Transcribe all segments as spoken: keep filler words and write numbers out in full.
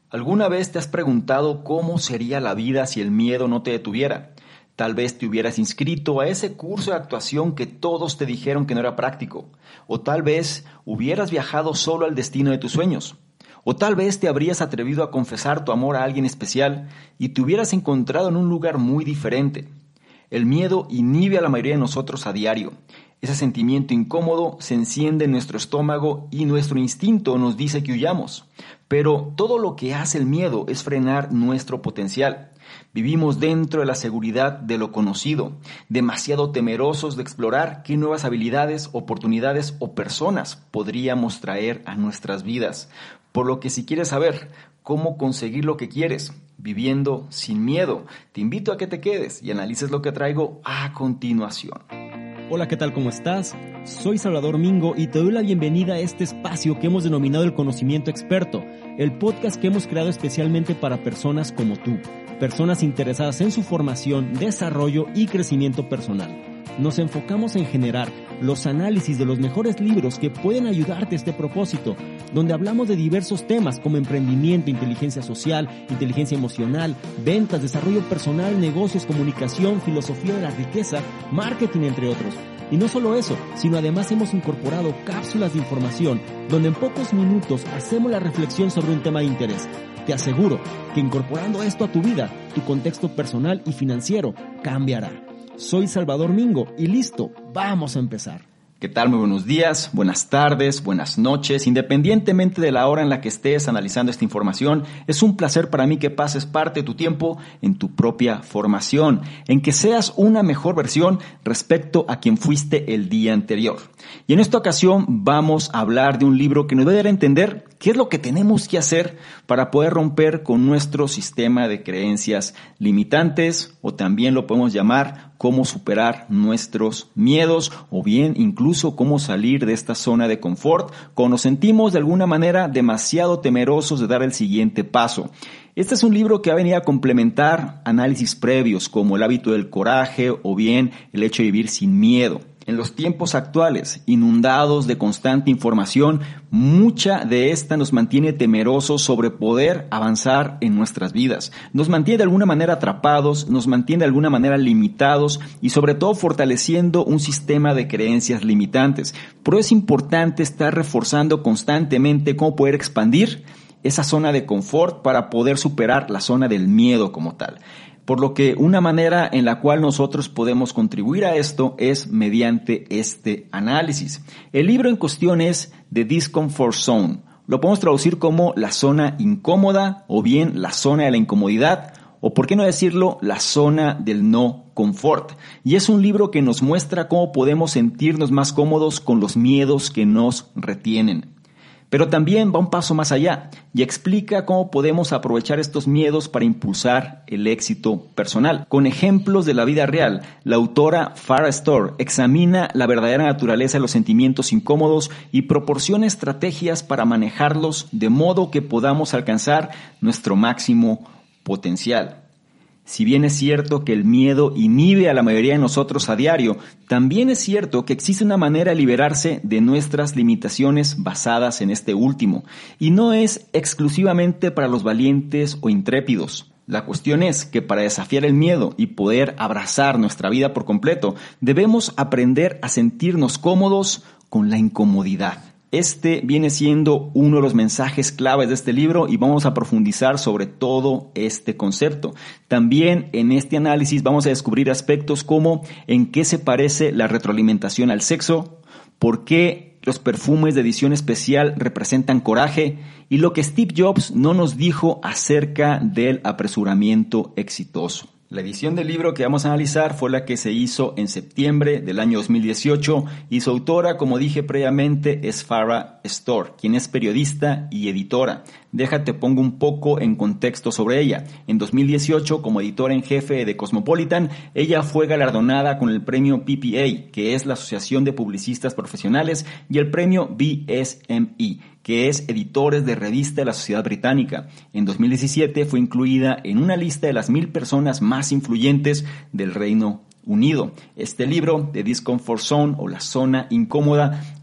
¿Alguna vez te has preguntado cómo sería la vida si el miedo no te detuviera? Tal vez te hubieras inscrito a ese curso de actuación que todos te dijeron que no era práctico. O tal vez hubieras viajado solo al destino de tus sueños. O tal vez te habrías atrevido a confesar tu amor a alguien especial y te hubieras encontrado en un lugar muy diferente. El miedo inhibe a la mayoría de nosotros a diario. Ese sentimiento incómodo se enciende en nuestro estómago y nuestro instinto nos dice que huyamos. Pero todo lo que hace el miedo es frenar nuestro potencial. Vivimos dentro de la seguridad de lo conocido, demasiado temerosos de explorar qué nuevas habilidades, oportunidades o personas podríamos traer a nuestras vidas. Por lo que si quieres saber cómo conseguir lo que quieres, viviendo sin miedo, te invito a que te quedes y analices lo que traigo a continuación. Hola, ¿qué tal? ¿Cómo estás? Soy Salvador Mingo y te doy la bienvenida a este espacio que hemos denominado el Conocimiento Experto, el podcast que hemos creado especialmente para personas como tú, personas interesadas en su formación, desarrollo y crecimiento personal. Nos enfocamos en generar los análisis de los mejores libros que pueden ayudarte a este propósito, donde hablamos de diversos temas como emprendimiento, inteligencia social, inteligencia emocional, ventas, desarrollo personal, negocios, comunicación, filosofía de la riqueza, marketing, entre otros. Y no solo eso, sino además hemos incorporado cápsulas de información donde en pocos minutos hacemos la reflexión sobre un tema de interés. Te aseguro que incorporando esto a tu vida, tu contexto personal y financiero cambiará. Soy Salvador Mingo y listo, vamos a empezar. ¿Qué tal? Muy buenos días, buenas tardes, buenas noches. Independientemente de la hora en la que estés analizando esta información, es un placer para mí que pases parte de tu tiempo en tu propia formación, en que seas una mejor versión respecto a quien fuiste el día anterior. Y en esta ocasión vamos a hablar de un libro que nos va a dar a entender qué es lo que tenemos que hacer para poder romper con nuestro sistema de creencias limitantes, o también lo podemos llamar cómo superar nuestros miedos, o bien incluso cómo salir de esta zona de confort cuando nos sentimos de alguna manera demasiado temerosos de dar el siguiente paso. Este es un libro que va a venir a complementar análisis previos como el hábito del coraje o bien el hecho de vivir sin miedo. En los tiempos actuales, inundados de constante información, mucha de esta nos mantiene temerosos sobre poder avanzar en nuestras vidas. Nos mantiene de alguna manera atrapados, nos mantiene de alguna manera limitados y sobre todo fortaleciendo un sistema de creencias limitantes. Por eso es importante estar reforzando constantemente cómo poder expandir esa zona de confort para poder superar la zona del miedo como tal. Por lo que una manera en la cual nosotros podemos contribuir a esto es mediante este análisis. El libro en cuestión es The Discomfort Zone. Lo podemos traducir como la zona incómoda o bien la zona de la incomodidad o, por qué no decirlo, la zona del no confort. Y es un libro que nos muestra cómo podemos sentirnos más cómodos con los miedos que nos retienen. Pero también va un paso más allá y explica cómo podemos aprovechar estos miedos para impulsar el éxito personal. Con ejemplos de la vida real, la autora Farah Storr examina la verdadera naturaleza de los sentimientos incómodos y proporciona estrategias para manejarlos de modo que podamos alcanzar nuestro máximo potencial. Si bien es cierto que el miedo inhibe a la mayoría de nosotros a diario, también es cierto que existe una manera de liberarse de nuestras limitaciones basadas en este último, y no es exclusivamente para los valientes o intrépidos. La cuestión es que para desafiar el miedo y poder abrazar nuestra vida por completo, debemos aprender a sentirnos cómodos con la incomodidad. Este viene siendo uno de los mensajes claves de este libro y vamos a profundizar sobre todo este concepto. También en este análisis vamos a descubrir aspectos como en qué se parece la retroalimentación al sexo, por qué los perfumes de edición especial representan coraje y lo que Steve Jobs no nos dijo acerca del apresuramiento exitoso. La edición del libro que vamos a analizar fue la que se hizo en septiembre del año dos mil dieciocho y su autora, como dije previamente, es Farah Storr, quien es periodista y editora. Déjate pongo un poco en contexto sobre ella. En dos mil dieciocho, como editora en jefe de Cosmopolitan, ella fue galardonada con el premio P P A, que es la Asociación de Publicistas Profesionales, y el premio B S M E, que es Editores de Revista de la Sociedad Británica. En dos mil diecisiete fue incluida en una lista de las mil personas más influyentes del Reino Unido. Este libro, The Discomfort Zone o La Zona Incómoda,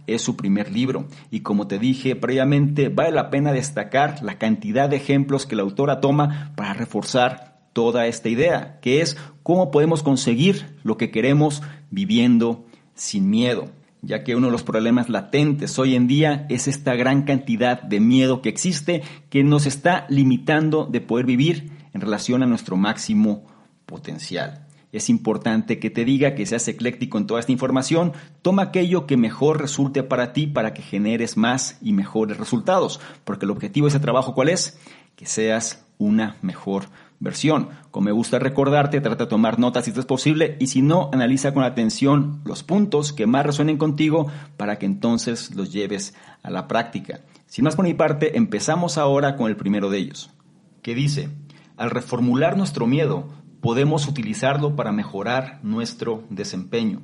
es su primer libro y, como te dije previamente, vale la pena destacar la cantidad de ejemplos que la autora toma para reforzar toda esta idea, que es cómo podemos conseguir lo que queremos viviendo sin miedo, ya que uno de los problemas latentes hoy en día es esta gran cantidad de miedo que existe, que nos está limitando de poder vivir en relación a nuestro máximo potencial. Es importante que te diga que seas ecléctico en toda esta información. Toma aquello que mejor resulte para ti para que generes más y mejores resultados. Porque el objetivo de ese trabajo, ¿cuál es? Que seas una mejor versión. Como me gusta recordarte, trata de tomar notas si es posible y si no, analiza con atención los puntos que más resuenen contigo para que entonces los lleves a la práctica. Sin más por mi parte, empezamos ahora con el primero de ellos, que dice: al reformular nuestro miedo, podemos utilizarlo para mejorar nuestro desempeño.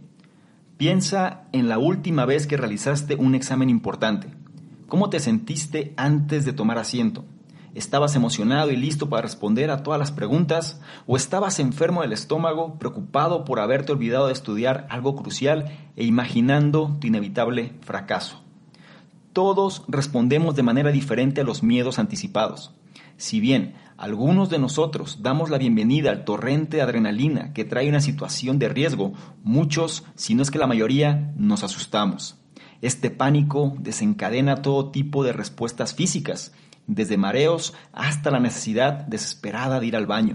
Piensa en la última vez que realizaste un examen importante. ¿Cómo te sentiste antes de tomar asiento? ¿Estabas emocionado y listo para responder a todas las preguntas? ¿O estabas enfermo del estómago, preocupado por haberte olvidado de estudiar algo crucial e imaginando tu inevitable fracaso? Todos respondemos de manera diferente a los miedos anticipados. Si bien algunos de nosotros damos la bienvenida al torrente de adrenalina que trae una situación de riesgo, muchos, si no es que la mayoría, nos asustamos. Este pánico desencadena todo tipo de respuestas físicas, desde mareos hasta la necesidad desesperada de ir al baño.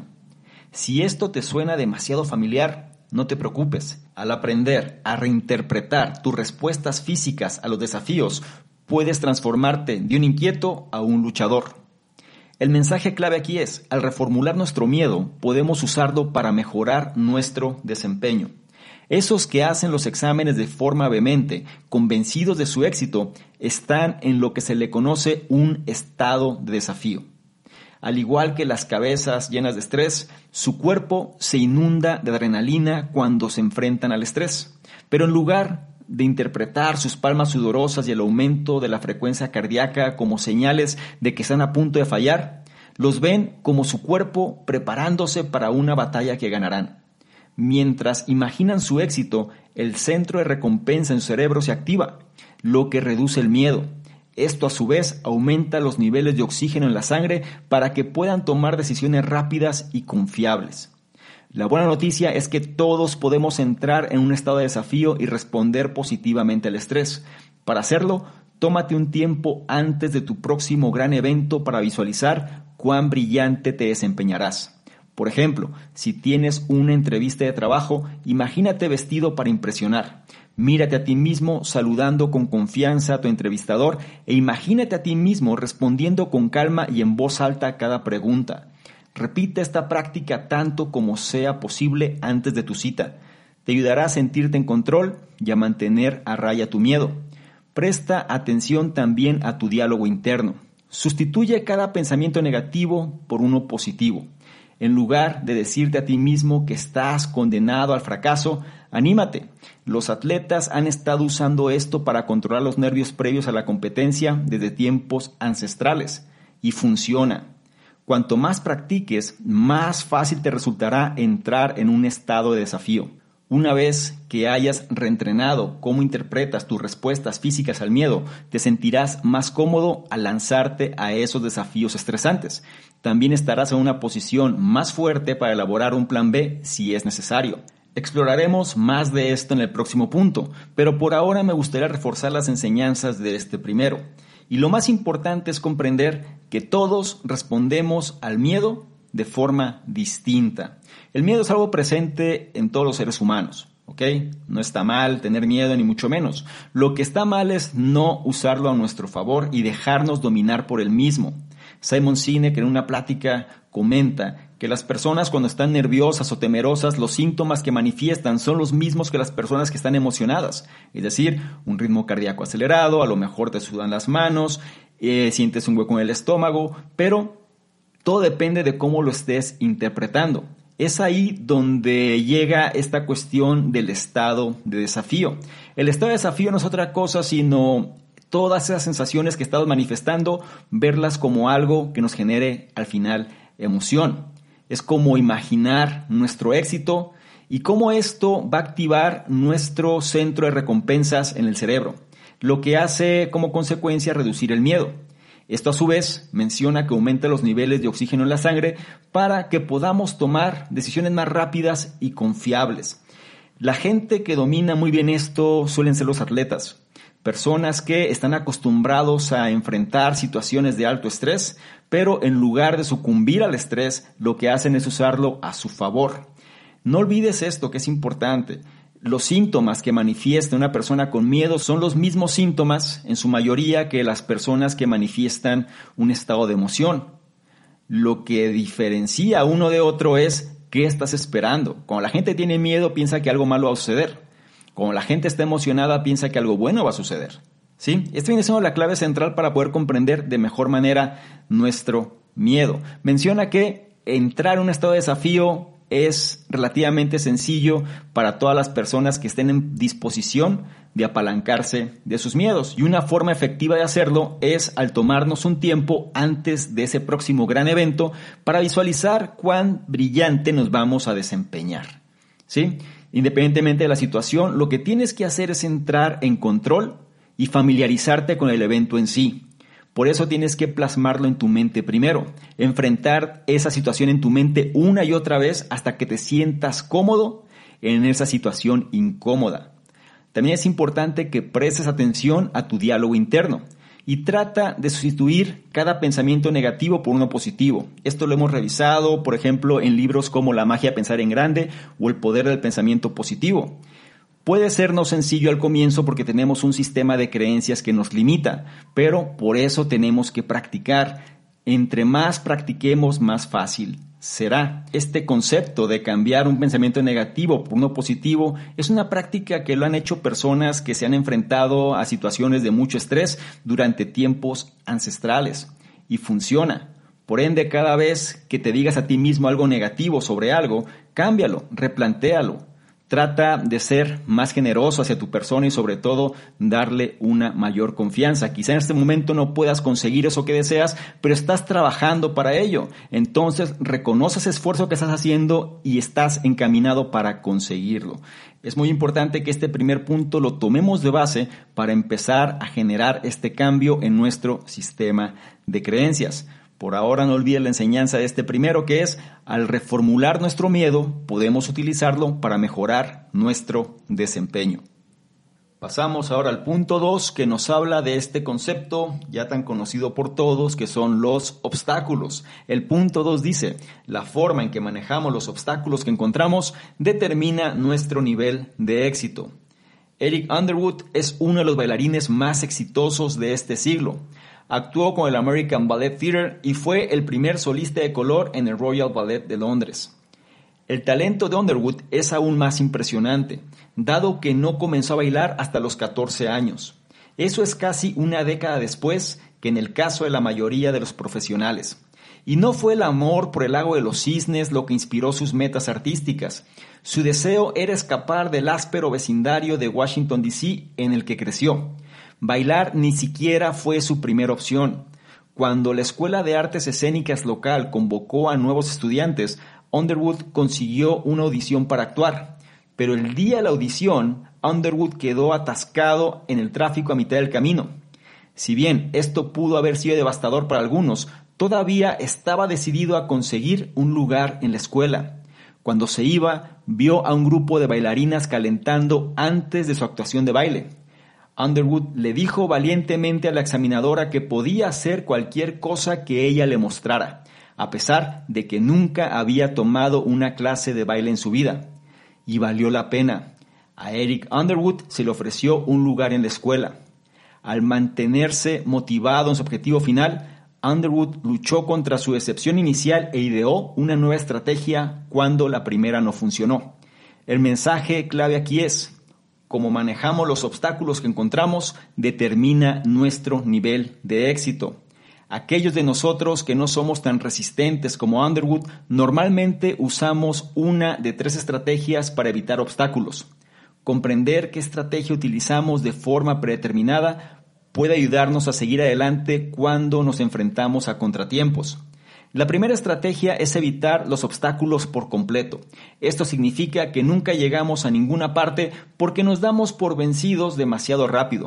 Si esto te suena demasiado familiar, no te preocupes. Al aprender a reinterpretar tus respuestas físicas a los desafíos, puedes transformarte de un inquieto a un luchador. El mensaje clave aquí es: al reformular nuestro miedo, podemos usarlo para mejorar nuestro desempeño. Esos que hacen los exámenes de forma vehemente, convencidos de su éxito, están en lo que se le conoce un estado de desafío. Al igual que las cabezas llenas de estrés, su cuerpo se inunda de adrenalina cuando se enfrentan al estrés. Pero en lugar de interpretar sus palmas sudorosas y el aumento de la frecuencia cardíaca como señales de que están a punto de fallar, los ven como su cuerpo preparándose para una batalla que ganarán. Mientras imaginan su éxito, el centro de recompensa en su cerebro se activa, lo que reduce el miedo. Esto a su vez aumenta los niveles de oxígeno en la sangre para que puedan tomar decisiones rápidas y confiables. La buena noticia es que todos podemos entrar en un estado de desafío y responder positivamente al estrés. Para hacerlo, tómate un tiempo antes de tu próximo gran evento para visualizar cuán brillante te desempeñarás. Por ejemplo, si tienes una entrevista de trabajo, imagínate vestido para impresionar. Mírate a ti mismo saludando con confianza a tu entrevistador e imagínate a ti mismo respondiendo con calma y en voz alta a cada pregunta. Repite esta práctica tanto como sea posible antes de tu cita. Te ayudará a sentirte en control y a mantener a raya tu miedo. Presta atención también a tu diálogo interno. Sustituye cada pensamiento negativo por uno positivo. En lugar de decirte a ti mismo que estás condenado al fracaso, anímate. Los atletas han estado usando esto para controlar los nervios previos a la competencia desde tiempos ancestrales. Y funciona. Cuanto más practiques, más fácil te resultará entrar en un estado de desafío. Una vez que hayas reentrenado cómo interpretas tus respuestas físicas al miedo, te sentirás más cómodo al lanzarte a esos desafíos estresantes. También estarás en una posición más fuerte para elaborar un plan B si es necesario. Exploraremos más de esto en el próximo punto, pero por ahora me gustaría reforzar las enseñanzas de este primero. Y lo más importante es comprender que todos respondemos al miedo de forma distinta. El miedo es algo presente en todos los seres humanos, ¿ok? No está mal tener miedo ni mucho menos. Lo que está mal es no usarlo a nuestro favor y dejarnos dominar por el mismo. Simon Sinek en una plática comenta que las personas cuando están nerviosas o temerosas, los síntomas que manifiestan son los mismos que las personas que están emocionadas. Es decir, un ritmo cardíaco acelerado, a lo mejor te sudan las manos, eh, sientes un hueco en el estómago, pero todo depende de cómo lo estés interpretando. Es ahí donde llega esta cuestión del estado de desafío. El estado de desafío no es otra cosa sino todas esas sensaciones que estamos manifestando, verlas como algo que nos genere al final emoción. Es como imaginar nuestro éxito y cómo esto va a activar nuestro centro de recompensas en el cerebro. lo que hace como consecuencia reducir el miedo. Esto a su vez menciona que aumenta los niveles de oxígeno en la sangre para que podamos tomar decisiones más rápidas y confiables. La gente que domina muy bien esto suelen ser los atletas. Personas que están acostumbrados a enfrentar situaciones de alto estrés, pero en lugar de sucumbir al estrés, lo que hacen es usarlo a su favor. No olvides esto, que es importante. Los síntomas que manifiesta una persona con miedo son los mismos síntomas, en su mayoría, que las personas que manifiestan un estado de emoción. Lo que diferencia uno de otro es qué estás esperando. Cuando la gente tiene miedo, piensa que algo malo va a suceder. Cuando la gente está emocionada, piensa que algo bueno va a suceder. ¿Sí? Esta viene siendo la clave central para poder comprender de mejor manera nuestro miedo. Menciona que entrar en un estado de desafío es relativamente sencillo para todas las personas que estén en disposición de apalancarse de sus miedos. Y una forma efectiva de hacerlo es al tomarnos un tiempo antes de ese próximo gran evento para visualizar cuán brillante nos vamos a desempeñar. ¿Sí? Independientemente de la situación, lo que tienes que hacer es entrar en control y familiarizarte con el evento en sí. Por eso tienes que plasmarlo en tu mente primero, enfrentar esa situación en tu mente una y otra vez hasta que te sientas cómodo en esa situación incómoda. También es importante que prestes atención a tu diálogo interno y trata de sustituir cada pensamiento negativo por uno positivo. Esto lo hemos revisado, por ejemplo, en libros como La magia de pensar en grande o El poder del pensamiento positivo. Puede ser no sencillo al comienzo porque tenemos un sistema de creencias que nos limita, pero por eso tenemos que practicar. Entre más practiquemos, más fácil será. Este concepto de cambiar un pensamiento negativo por uno positivo es una práctica que lo han hecho personas que se han enfrentado a situaciones de mucho estrés durante tiempos ancestrales y funciona. Por ende, cada vez que te digas a ti mismo algo negativo sobre algo, cámbialo, replantéalo. Trata de ser más generoso hacia tu persona y sobre todo darle una mayor confianza. Quizá en este momento no puedas conseguir eso que deseas, pero estás trabajando para ello. Entonces reconoce ese esfuerzo que estás haciendo y estás encaminado para conseguirlo. Es muy importante que este primer punto lo tomemos de base para empezar a generar este cambio en nuestro sistema de creencias. Por ahora no olvides la enseñanza de este primero, que es al reformular nuestro miedo podemos utilizarlo para mejorar nuestro desempeño. Pasamos ahora al punto dos, que nos habla de este concepto ya tan conocido por todos, que son los obstáculos. El punto dos dice: la forma en que manejamos los obstáculos que encontramos determina nuestro nivel de éxito. Eric Underwood es uno de los bailarines más exitosos de este siglo. Actuó con el American Ballet Theatre y fue el primer solista de color en el Royal Ballet de Londres. El talento de Underwood es aún más impresionante, dado que no comenzó a bailar hasta los catorce años. Eso es casi una década después que en el caso de la mayoría de los profesionales. Y no fue el amor por el lago de los cisnes lo que inspiró sus metas artísticas. Su deseo era escapar del áspero vecindario de Washington D C en el que creció. Bailar ni siquiera fue su primera opción. Cuando la Escuela de Artes Escénicas local convocó a nuevos estudiantes, Underwood consiguió una audición para actuar. Pero el día de la audición, Underwood quedó atascado en el tráfico a mitad del camino. Si bien esto pudo haber sido devastador para algunos, todavía estaba decidido a conseguir un lugar en la escuela. Cuando se iba, vio a un grupo de bailarinas calentando antes de su actuación de baile. Underwood le dijo valientemente a la examinadora que podía hacer cualquier cosa que ella le mostrara, a pesar de que nunca había tomado una clase de baile en su vida. Y valió la pena. A Eric Underwood se le ofreció un lugar en la escuela. Al mantenerse motivado en su objetivo final, Underwood luchó contra su decepción inicial e ideó una nueva estrategia cuando la primera no funcionó. El mensaje clave aquí es: cómo manejamos los obstáculos que encontramos determina nuestro nivel de éxito. Aquellos de nosotros que no somos tan resistentes como Underwood normalmente usamos una de tres estrategias para evitar obstáculos. Comprender qué estrategia utilizamos de forma predeterminada puede ayudarnos a seguir adelante cuando nos enfrentamos a contratiempos. La primera estrategia es evitar los obstáculos por completo. Esto significa que nunca llegamos a ninguna parte porque nos damos por vencidos demasiado rápido.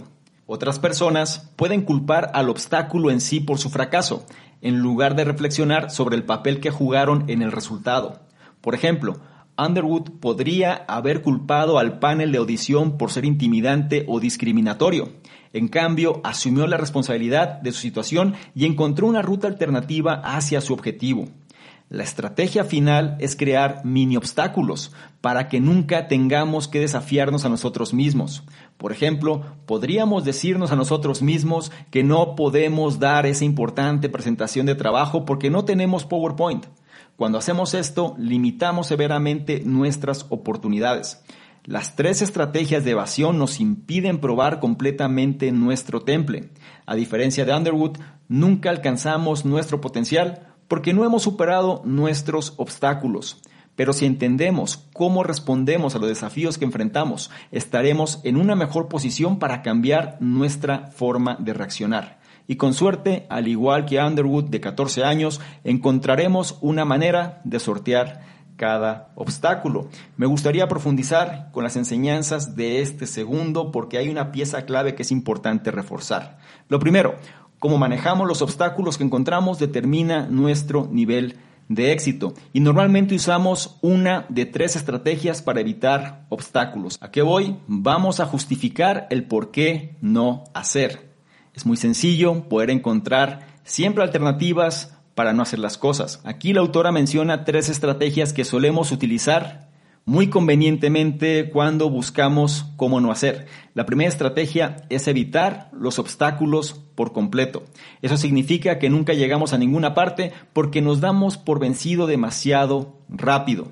Otras personas pueden culpar al obstáculo en sí por su fracaso, en lugar de reflexionar sobre el papel que jugaron en el resultado. Por ejemplo, Underwood podría haber culpado al panel de audición por ser intimidante o discriminatorio. En cambio, asumió la responsabilidad de su situación y encontró una ruta alternativa hacia su objetivo. La estrategia final es crear mini obstáculos para que nunca tengamos que desafiarnos a nosotros mismos. Por ejemplo, podríamos decirnos a nosotros mismos que no podemos dar esa importante presentación de trabajo porque no tenemos PowerPoint. Cuando hacemos esto, limitamos severamente nuestras oportunidades. Las tres estrategias de evasión nos impiden probar completamente nuestro temple. A diferencia de Underwood, nunca alcanzamos nuestro potencial porque no hemos superado nuestros obstáculos. Pero si entendemos cómo respondemos a los desafíos que enfrentamos, estaremos en una mejor posición para cambiar nuestra forma de reaccionar. Y con suerte, al igual que Underwood de catorce años, encontraremos una manera de sortear cada obstáculo. Me gustaría profundizar con las enseñanzas de este segundo porque hay una pieza clave que es importante reforzar. Lo primero, cómo manejamos los obstáculos que encontramos determina nuestro nivel de éxito. Y normalmente usamos una de tres estrategias para evitar obstáculos. ¿A qué voy? Vamos a justificar el por qué no hacer. Es muy sencillo poder encontrar siempre alternativas para no hacer las cosas. Aquí la autora menciona tres estrategias que solemos utilizar muy convenientemente cuando buscamos cómo no hacer. La primera estrategia es evitar los obstáculos por completo. Eso significa que nunca llegamos a ninguna parte porque nos damos por vencido demasiado rápido.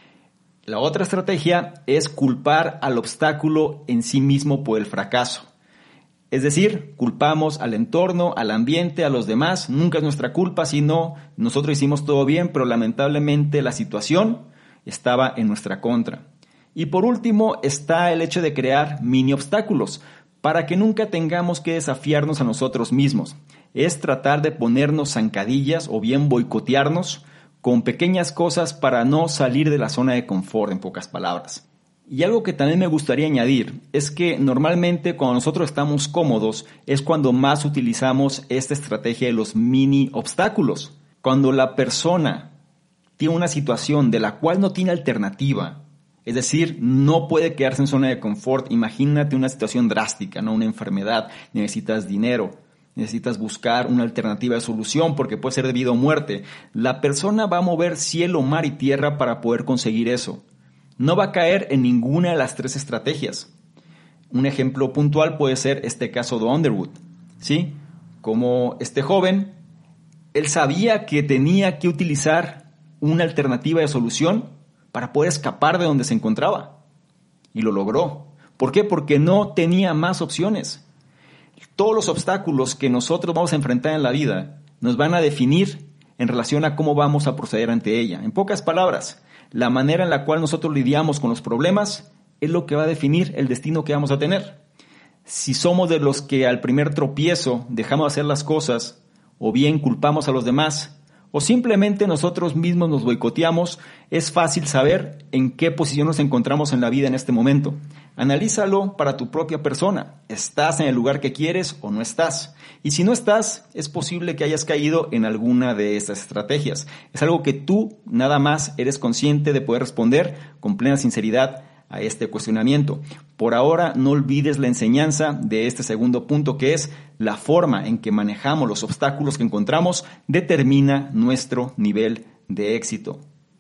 La otra estrategia es culpar al obstáculo en sí mismo por el fracaso. Es decir, culpamos al entorno, al ambiente, a los demás. Nunca es nuestra culpa, sino nosotros hicimos todo bien, pero lamentablemente la situación estaba en nuestra contra. Y por último está el hecho de crear mini obstáculos para que nunca tengamos que desafiarnos a nosotros mismos. Es tratar de ponernos zancadillas o bien boicotearnos con pequeñas cosas para no salir de la zona de confort, en pocas palabras. Y algo que también me gustaría añadir es que normalmente cuando nosotros estamos cómodos es cuando más utilizamos esta estrategia de los mini obstáculos. Cuando la persona tiene una situación de la cual no tiene alternativa, es decir, no puede quedarse en zona de confort. Imagínate una situación drástica, ¿no? Una enfermedad, necesitas dinero, necesitas buscar una alternativa de solución porque puede ser debido a muerte. La persona va a mover cielo, mar y tierra para poder conseguir eso. No va a caer en ninguna de las tres estrategias. Un ejemplo puntual puede ser este caso de Underwood, ¿sí? Como este joven, él sabía que tenía que utilizar una alternativa de solución para poder escapar de donde se encontraba. Y lo logró. ¿Por qué? Porque no tenía más opciones. Todos los obstáculos que nosotros vamos a enfrentar en la vida nos van a definir en relación a cómo vamos a proceder ante ella. En pocas palabras, la manera en la cual nosotros lidiamos con los problemas es lo que va a definir el destino que vamos a tener. Si somos de los que al primer tropiezo dejamos de hacer las cosas, o bien culpamos a los demás, o simplemente nosotros mismos nos boicoteamos, es fácil saber en qué posición nos encontramos en la vida en este momento. Analízalo para tu propia persona. ¿Estás en el lugar que quieres o no estás? Y si no estás, es posible que hayas caído en alguna de estas estrategias. Es algo que tú nada más eres consciente de poder responder con plena sinceridad a este cuestionamiento. Por ahora, no olvides la enseñanza de este segundo punto, que es la forma en que manejamos los obstáculos que encontramos determina nuestro nivel de éxito.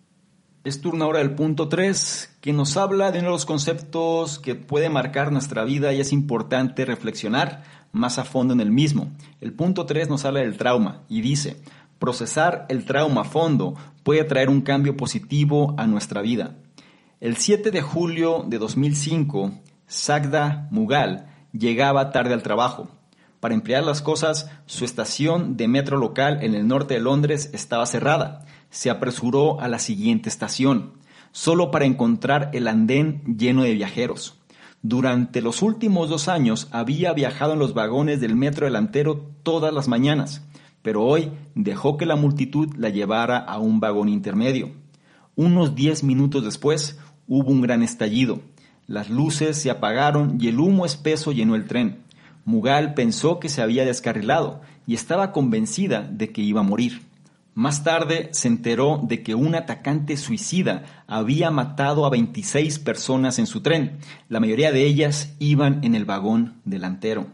Es turno ahora del punto tres, que nos habla de uno de los conceptos que puede marcar nuestra vida y es importante reflexionar más a fondo en el mismo. El punto tres nos habla del trauma y dice: procesar el trauma a fondo puede traer un cambio positivo a nuestra vida. El siete de julio de dos mil cinco, Sagda Mughal llegaba tarde al trabajo. Para emplear las cosas, su estación de metro local en el norte de Londres estaba cerrada. Se apresuró a la siguiente estación, solo para encontrar el andén lleno de viajeros. Durante los últimos dos años había viajado en los vagones del metro delantero todas las mañanas, pero hoy dejó que la multitud la llevara a un vagón intermedio. Unos diez minutos después hubo un gran estallido. Las luces se apagaron y el humo espeso llenó el tren. Mughal pensó que se había descarrilado y estaba convencida de que iba a morir. Más tarde se enteró de que un atacante suicida había matado a veintiséis personas en su tren. La mayoría de ellas iban en el vagón delantero.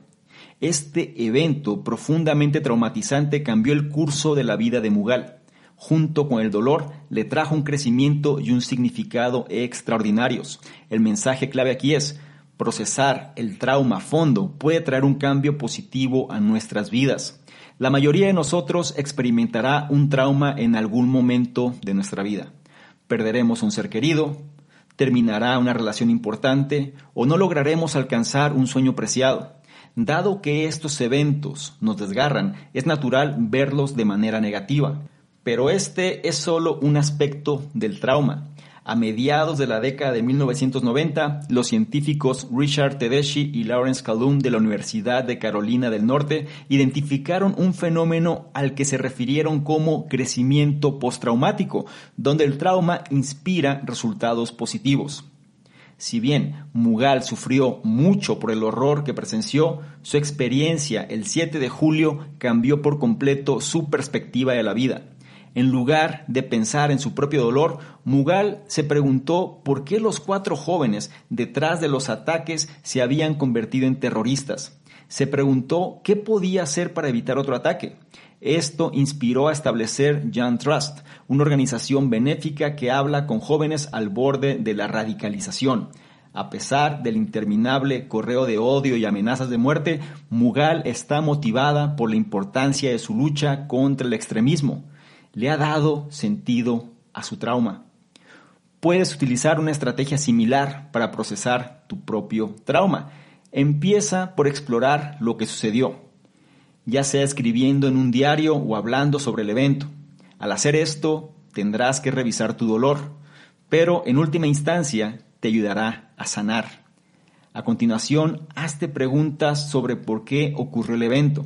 Este evento profundamente traumatizante cambió el curso de la vida de Mughal. Junto con el dolor, le trajo un crecimiento y un significado extraordinarios. El mensaje clave aquí es: procesar el trauma a fondo puede traer un cambio positivo a nuestras vidas. La mayoría de nosotros experimentará un trauma en algún momento de nuestra vida. Perderemos un ser querido, terminará una relación importante o no lograremos alcanzar un sueño preciado. Dado que estos eventos nos desgarran, es natural verlos de manera negativa. Pero este es solo un aspecto del trauma. A mediados de la década de mil novecientos noventa, los científicos Richard Tedeschi y Lawrence Calhoun de la Universidad de Carolina del Norte identificaron un fenómeno al que se refirieron como crecimiento postraumático, donde el trauma inspira resultados positivos. Si bien Mughal sufrió mucho por el horror que presenció, su experiencia el siete de julio cambió por completo su perspectiva de la vida. En lugar de pensar en su propio dolor, Mughal se preguntó por qué los cuatro jóvenes detrás de los ataques se habían convertido en terroristas. Se preguntó qué podía hacer para evitar otro ataque. Esto inspiró a establecer Young Trust, una organización benéfica que habla con jóvenes al borde de la radicalización. A pesar del interminable correo de odio y amenazas de muerte, Mughal está motivada por la importancia de su lucha contra el extremismo. Le ha dado sentido a su trauma. Puedes utilizar una estrategia similar para procesar tu propio trauma. Empieza por explorar lo que sucedió, ya sea escribiendo en un diario o hablando sobre el evento. Al hacer esto, tendrás que revisar tu dolor, pero en última instancia te ayudará a sanar. A continuación, hazte preguntas sobre por qué ocurrió el evento.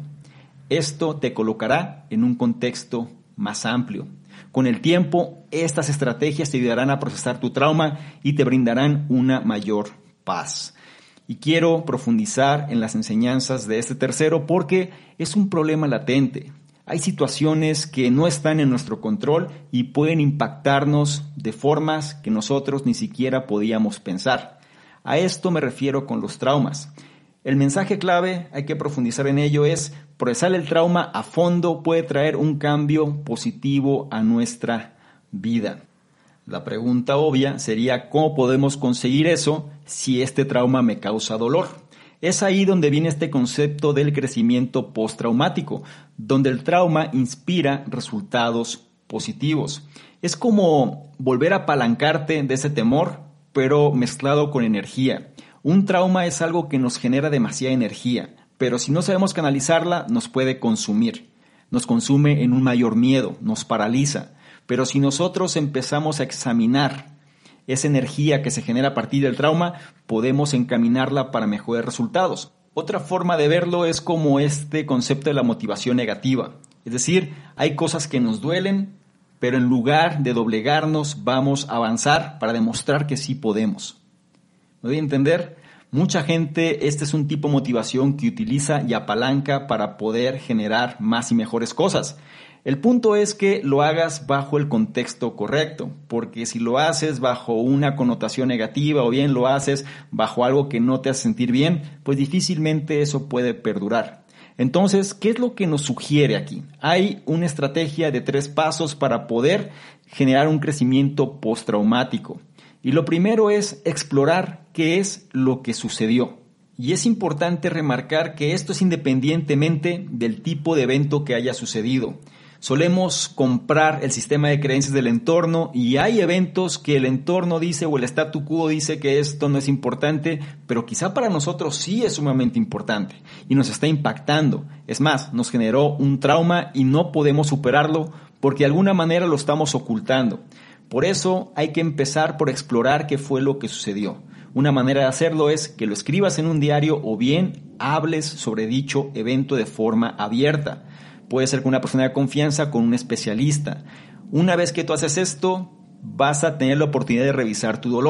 Esto te colocará en un contexto más amplio. Con el tiempo, estas estrategias te ayudarán a procesar tu trauma y te brindarán una mayor paz. Y quiero profundizar en las enseñanzas de este tercero porque es un problema latente. Hay situaciones que no están en nuestro control y pueden impactarnos de formas que nosotros ni siquiera podíamos pensar. A esto me refiero con los traumas. El mensaje clave, hay que profundizar en ello, es procesar el trauma a fondo puede traer un cambio positivo a nuestra vida. La pregunta obvia sería ¿cómo podemos conseguir eso si este trauma me causa dolor? Es ahí donde viene este concepto del crecimiento postraumático, donde el trauma inspira resultados positivos. Es como volver a apalancarte de ese temor, pero mezclado con energía. Un trauma es algo que nos genera demasiada energía, pero si no sabemos canalizarla, nos puede consumir. Nos consume en un mayor miedo, nos paraliza. Pero si nosotros empezamos a examinar esa energía que se genera a partir del trauma, podemos encaminarla para mejores resultados. Otra forma de verlo es como este concepto de la motivación negativa. Es decir, hay cosas que nos duelen, pero en lugar de doblegarnos, vamos a avanzar para demostrar que sí podemos. ¿Me doy a entender? Mucha gente, este es un tipo de motivación que utiliza y apalanca para poder generar más y mejores cosas. El punto es que lo hagas bajo el contexto correcto, porque si lo haces bajo una connotación negativa o bien lo haces bajo algo que no te hace sentir bien, pues difícilmente eso puede perdurar. Entonces, ¿qué es lo que nos sugiere aquí? Hay una estrategia de tres pasos para poder generar un crecimiento postraumático. Y lo primero es explorar qué es lo que sucedió. Y es importante remarcar que esto es independientemente del tipo de evento que haya sucedido. Solemos comprar el sistema de creencias del entorno y hay eventos que el entorno dice o el statu quo dice que esto no es importante, pero quizá para nosotros sí es sumamente importante y nos está impactando. Es más, nos generó un trauma y no podemos superarlo porque de alguna manera lo estamos ocultando. Por eso hay que empezar por explorar qué fue lo que sucedió. Una manera de hacerlo es que lo escribas en un diario o bien hables sobre dicho evento de forma abierta. Puede ser con una persona de confianza, con un especialista. Una vez que tú haces esto, vas a tener la oportunidad de revisar tu dolor.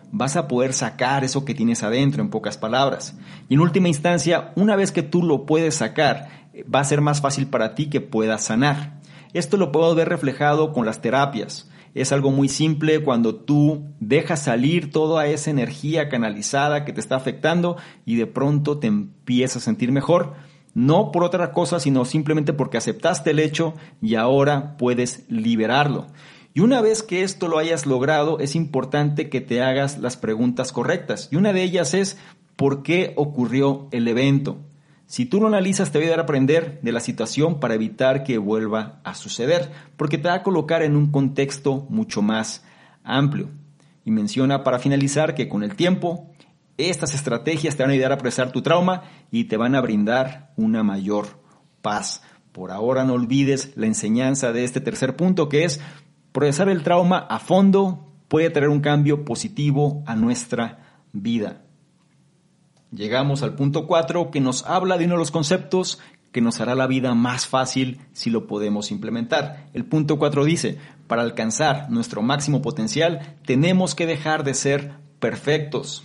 vas a poder sacar eso que tienes adentro, en pocas palabras. Y en última instancia, una vez que tú lo puedes sacar, va a ser más fácil para ti que puedas sanar. Esto lo puedo ver reflejado con las terapias. Es algo muy simple cuando tú dejas salir toda esa energía canalizada que te está afectando y de pronto te empiezas a sentir mejor. No por otra cosa, sino simplemente porque aceptaste el hecho y ahora puedes liberarlo. Y una vez que esto lo hayas logrado, es importante que te hagas las preguntas correctas. Y una de ellas es, ¿por qué ocurrió el evento? Si tú lo analizas, te va a ayudar a aprender de la situación para evitar que vuelva a suceder, porque te va a colocar en un contexto mucho más amplio. Y menciona para finalizar que con el tiempo, estas estrategias te van a ayudar a procesar tu trauma y te van a brindar una mayor paz. Por ahora no olvides la enseñanza de este tercer punto, que es procesar el trauma a fondo puede traer un cambio positivo a nuestra vida. Llegamos al punto cuatro, que nos habla de uno de los conceptos que nos hará la vida más fácil si lo podemos implementar. El punto cuatro dice, para alcanzar nuestro máximo potencial, tenemos que dejar de ser perfectos.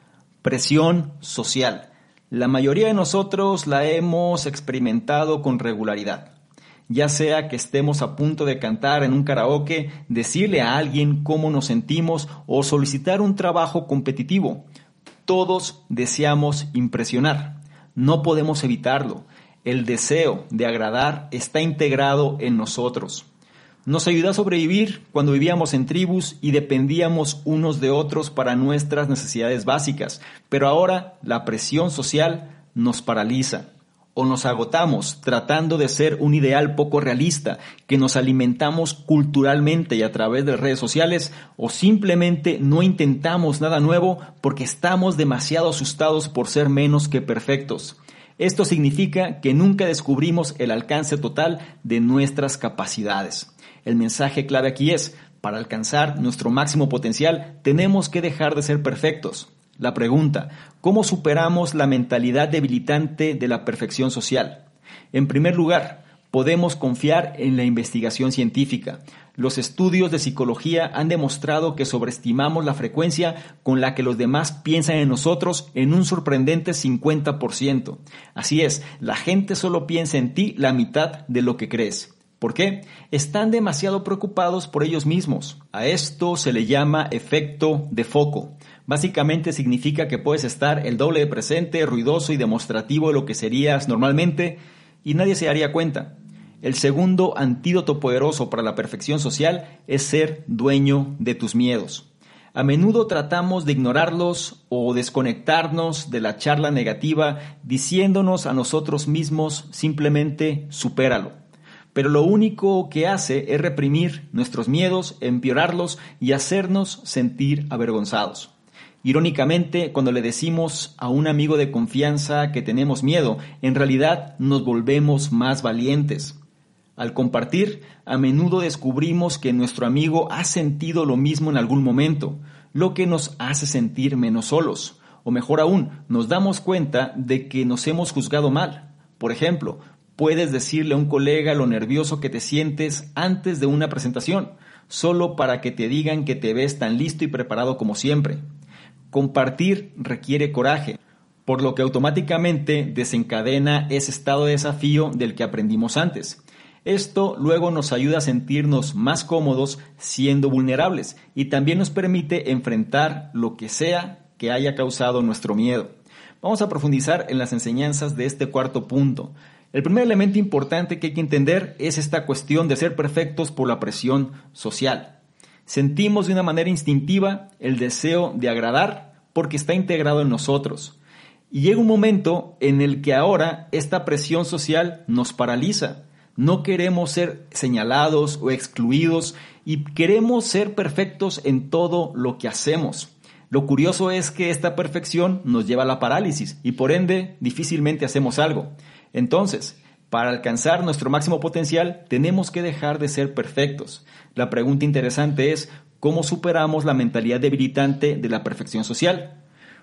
Presión social. La mayoría de nosotros la hemos experimentado con regularidad. Ya sea que estemos a punto de cantar en un karaoke, decirle a alguien cómo nos sentimos o solicitar un trabajo competitivo. Todos deseamos impresionar, no podemos evitarlo. El deseo de agradar está integrado en nosotros. Nos ayudó a sobrevivir cuando vivíamos en tribus y dependíamos unos de otros para nuestras necesidades básicas, pero ahora la presión social nos paraliza. O nos agotamos tratando de ser un ideal poco realista, que nos alimentamos culturalmente y a través de redes sociales, o simplemente no intentamos nada nuevo porque estamos demasiado asustados por ser menos que perfectos. Esto significa que nunca descubrimos el alcance total de nuestras capacidades. El mensaje clave aquí es, para alcanzar nuestro máximo potencial, tenemos que dejar de ser perfectos. La pregunta, ¿cómo superamos la mentalidad debilitante de la perfección social? En primer lugar, podemos confiar en la investigación científica. Los estudios de psicología han demostrado que sobreestimamos la frecuencia con la que los demás piensan en nosotros en un sorprendente cincuenta por ciento. Así es, la gente solo piensa en ti la mitad de lo que crees. ¿Por qué? Están demasiado preocupados por ellos mismos. A esto se le llama efecto de foco. Básicamente significa que puedes estar el doble de presente, ruidoso y demostrativo de lo que serías normalmente y nadie se daría cuenta. El segundo antídoto poderoso para la perfección social es ser dueño de tus miedos. A menudo tratamos de ignorarlos o desconectarnos de la charla negativa diciéndonos a nosotros mismos simplemente supéralo. Pero lo único que hace es reprimir nuestros miedos, empeorarlos y hacernos sentir avergonzados. Irónicamente, cuando le decimos a un amigo de confianza que tenemos miedo, en realidad nos volvemos más valientes. Al compartir, a menudo descubrimos que nuestro amigo ha sentido lo mismo en algún momento, lo que nos hace sentir menos solos. O mejor aún, nos damos cuenta de que nos hemos juzgado mal. Por ejemplo, puedes decirle a un colega lo nervioso que te sientes antes de una presentación, solo para que te digan que te ves tan listo y preparado como siempre. Compartir requiere coraje, por lo que automáticamente desencadena ese estado de desafío del que aprendimos antes. Esto luego nos ayuda a sentirnos más cómodos siendo vulnerables y también nos permite enfrentar lo que sea que haya causado nuestro miedo. Vamos a profundizar en las enseñanzas de este cuarto punto. El primer elemento importante que hay que entender es esta cuestión de ser perfectos por la presión social. Sentimos de una manera instintiva el deseo de agradar porque está integrado en nosotros. Y llega un momento en el que ahora esta presión social nos paraliza. No queremos ser señalados o excluidos y queremos ser perfectos en todo lo que hacemos. Lo curioso es que esta perfección nos lleva a la parálisis y por ende difícilmente hacemos algo. Entonces, para alcanzar nuestro máximo potencial, tenemos que dejar de ser perfectos. La pregunta interesante es, ¿cómo superamos la mentalidad debilitante de la perfección social?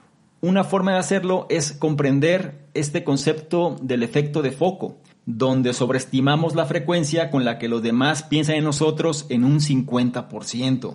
Una forma de hacerlo es comprender este concepto del efecto de foco, donde sobreestimamos la frecuencia con la que los demás piensan en nosotros en un cincuenta por ciento.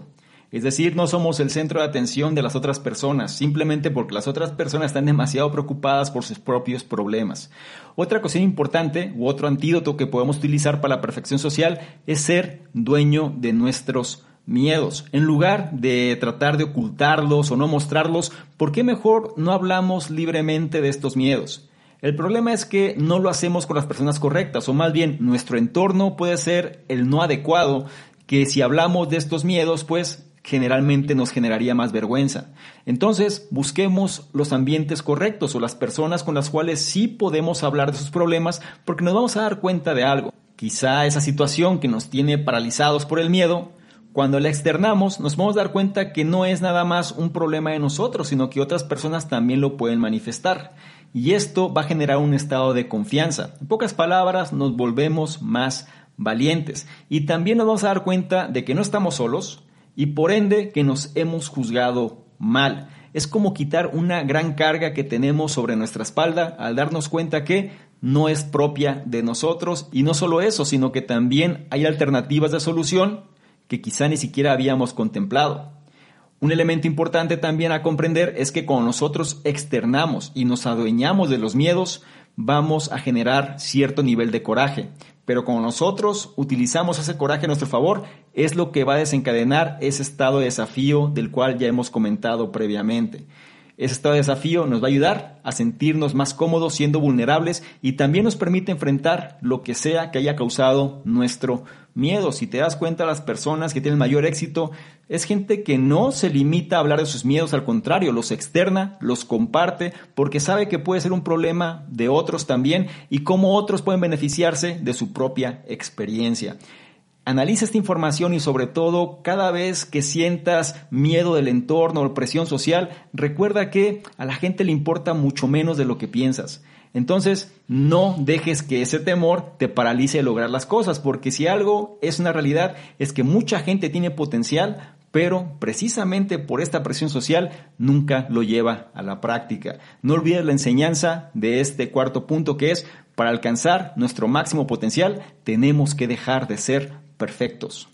Es decir, no somos el centro de atención de las otras personas, simplemente porque las otras personas están demasiado preocupadas por sus propios problemas. Otra cuestión importante, u otro antídoto que podemos utilizar para la perfección social, es ser dueño de nuestros miedos. En lugar de tratar de ocultarlos o no mostrarlos, ¿por qué mejor no hablamos libremente de estos miedos? El problema es que no lo hacemos con las personas correctas, o más bien nuestro entorno puede ser el no adecuado, que si hablamos de estos miedos, pues generalmente nos generaría más vergüenza. Entonces, busquemos los ambientes correctos o las personas con las cuales sí podemos hablar de sus problemas, porque nos vamos a dar cuenta de algo. Quizá esa situación que nos tiene paralizados por el miedo, cuando la externamos, nos vamos a dar cuenta que no es nada más un problema de nosotros, sino que otras personas también lo pueden manifestar. Y esto va a generar un estado de confianza. En pocas palabras, nos volvemos más valientes. Y también nos vamos a dar cuenta de que no estamos solos, y por ende que nos hemos juzgado mal. Es como quitar una gran carga que tenemos sobre nuestra espalda al darnos cuenta que no es propia de nosotros, y no solo eso, sino que también hay alternativas de solución que quizá ni siquiera habíamos contemplado. Un elemento importante también a comprender es que cuando nosotros externamos y nos adueñamos de los miedos, vamos a generar cierto nivel de coraje. Pero cuando nosotros utilizamos ese coraje a nuestro favor, es lo que va a desencadenar ese estado de desafío del cual ya hemos comentado previamente. Ese estado de desafío nos va a ayudar a sentirnos más cómodos siendo vulnerables, y también nos permite enfrentar lo que sea que haya causado nuestro miedo. Si te das cuenta, las personas que tienen mayor éxito es gente que no se limita a hablar de sus miedos, al contrario, los externa, los comparte, porque sabe que puede ser un problema de otros también y cómo otros pueden beneficiarse de su propia experiencia. Analiza esta información y, sobre todo, cada vez que sientas miedo del entorno o presión social, recuerda que a la gente le importa mucho menos de lo que piensas. Entonces, no dejes que ese temor te paralice de lograr las cosas, porque si algo es una realidad es que mucha gente tiene potencial, pero precisamente por esta presión social nunca lo lleva a la práctica. No olvides la enseñanza de este cuarto punto, que es: para alcanzar nuestro máximo potencial tenemos que dejar de ser perfectos.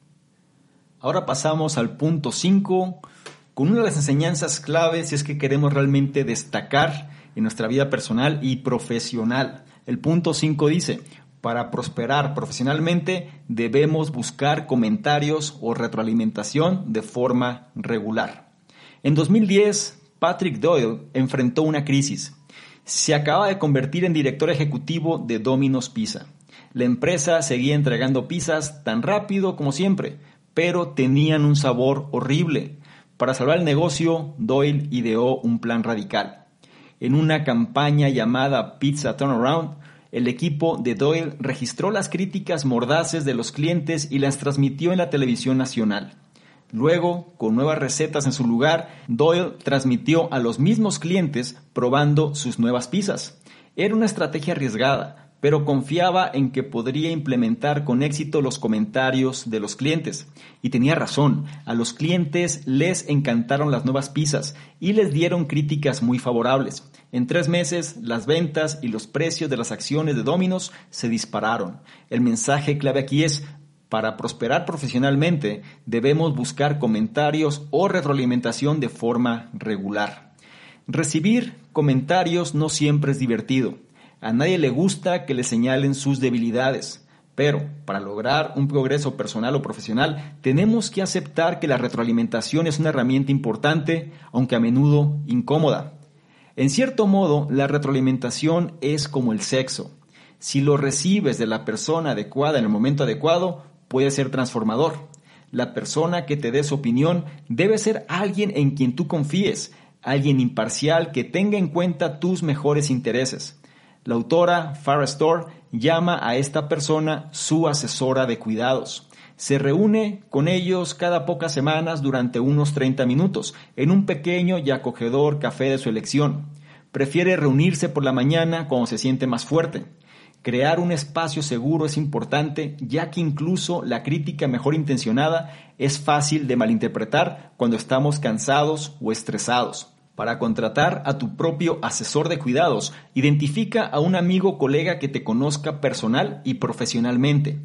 Ahora pasamos al punto cinco, con una de las enseñanzas claves si es que queremos realmente destacar en nuestra vida personal y profesional. El punto cinco dice: para prosperar profesionalmente debemos buscar comentarios o retroalimentación de forma regular. En dos mil diez, Patrick Doyle enfrentó una crisis. Se acaba de convertir en director ejecutivo de Domino's Pizza. La empresa seguía entregando pizzas tan rápido como siempre, pero tenían un sabor horrible. Para salvar el negocio, Doyle ideó un plan radical. En una campaña llamada Pizza Turnaround, el equipo de Doyle registró las críticas mordaces de los clientes y las transmitió en la televisión nacional. Luego, con nuevas recetas en su lugar, Doyle transmitió a los mismos clientes probando sus nuevas pizzas. Era una estrategia arriesgada, pero confiaba en que podría implementar con éxito los comentarios de los clientes. Y tenía razón, a los clientes les encantaron las nuevas pizzas y les dieron críticas muy favorables. En tres meses, las ventas y los precios de las acciones de Domino's se dispararon. El mensaje clave aquí es: para prosperar profesionalmente, debemos buscar comentarios o retroalimentación de forma regular. Recibir comentarios no siempre es divertido. A nadie le gusta que le señalen sus debilidades, pero para lograr un progreso personal o profesional tenemos que aceptar que la retroalimentación es una herramienta importante, aunque a menudo incómoda. En cierto modo, la retroalimentación es como el sexo. Si lo recibes de la persona adecuada en el momento adecuado, puede ser transformador. La persona que te dé su opinión debe ser alguien en quien tú confíes, alguien imparcial que tenga en cuenta tus mejores intereses. La autora Farah Storr llama a esta persona su asesora de cuidados. Se reúne con ellos cada pocas semanas durante unos treinta minutos en un pequeño y acogedor café de su elección. Prefiere reunirse por la mañana cuando se siente más fuerte. Crear un espacio seguro es importante, ya que incluso la crítica mejor intencionada es fácil de malinterpretar cuando estamos cansados o estresados. Para contratar a tu propio asesor de cuidados, identifica a un amigo o colega que te conozca personal y profesionalmente.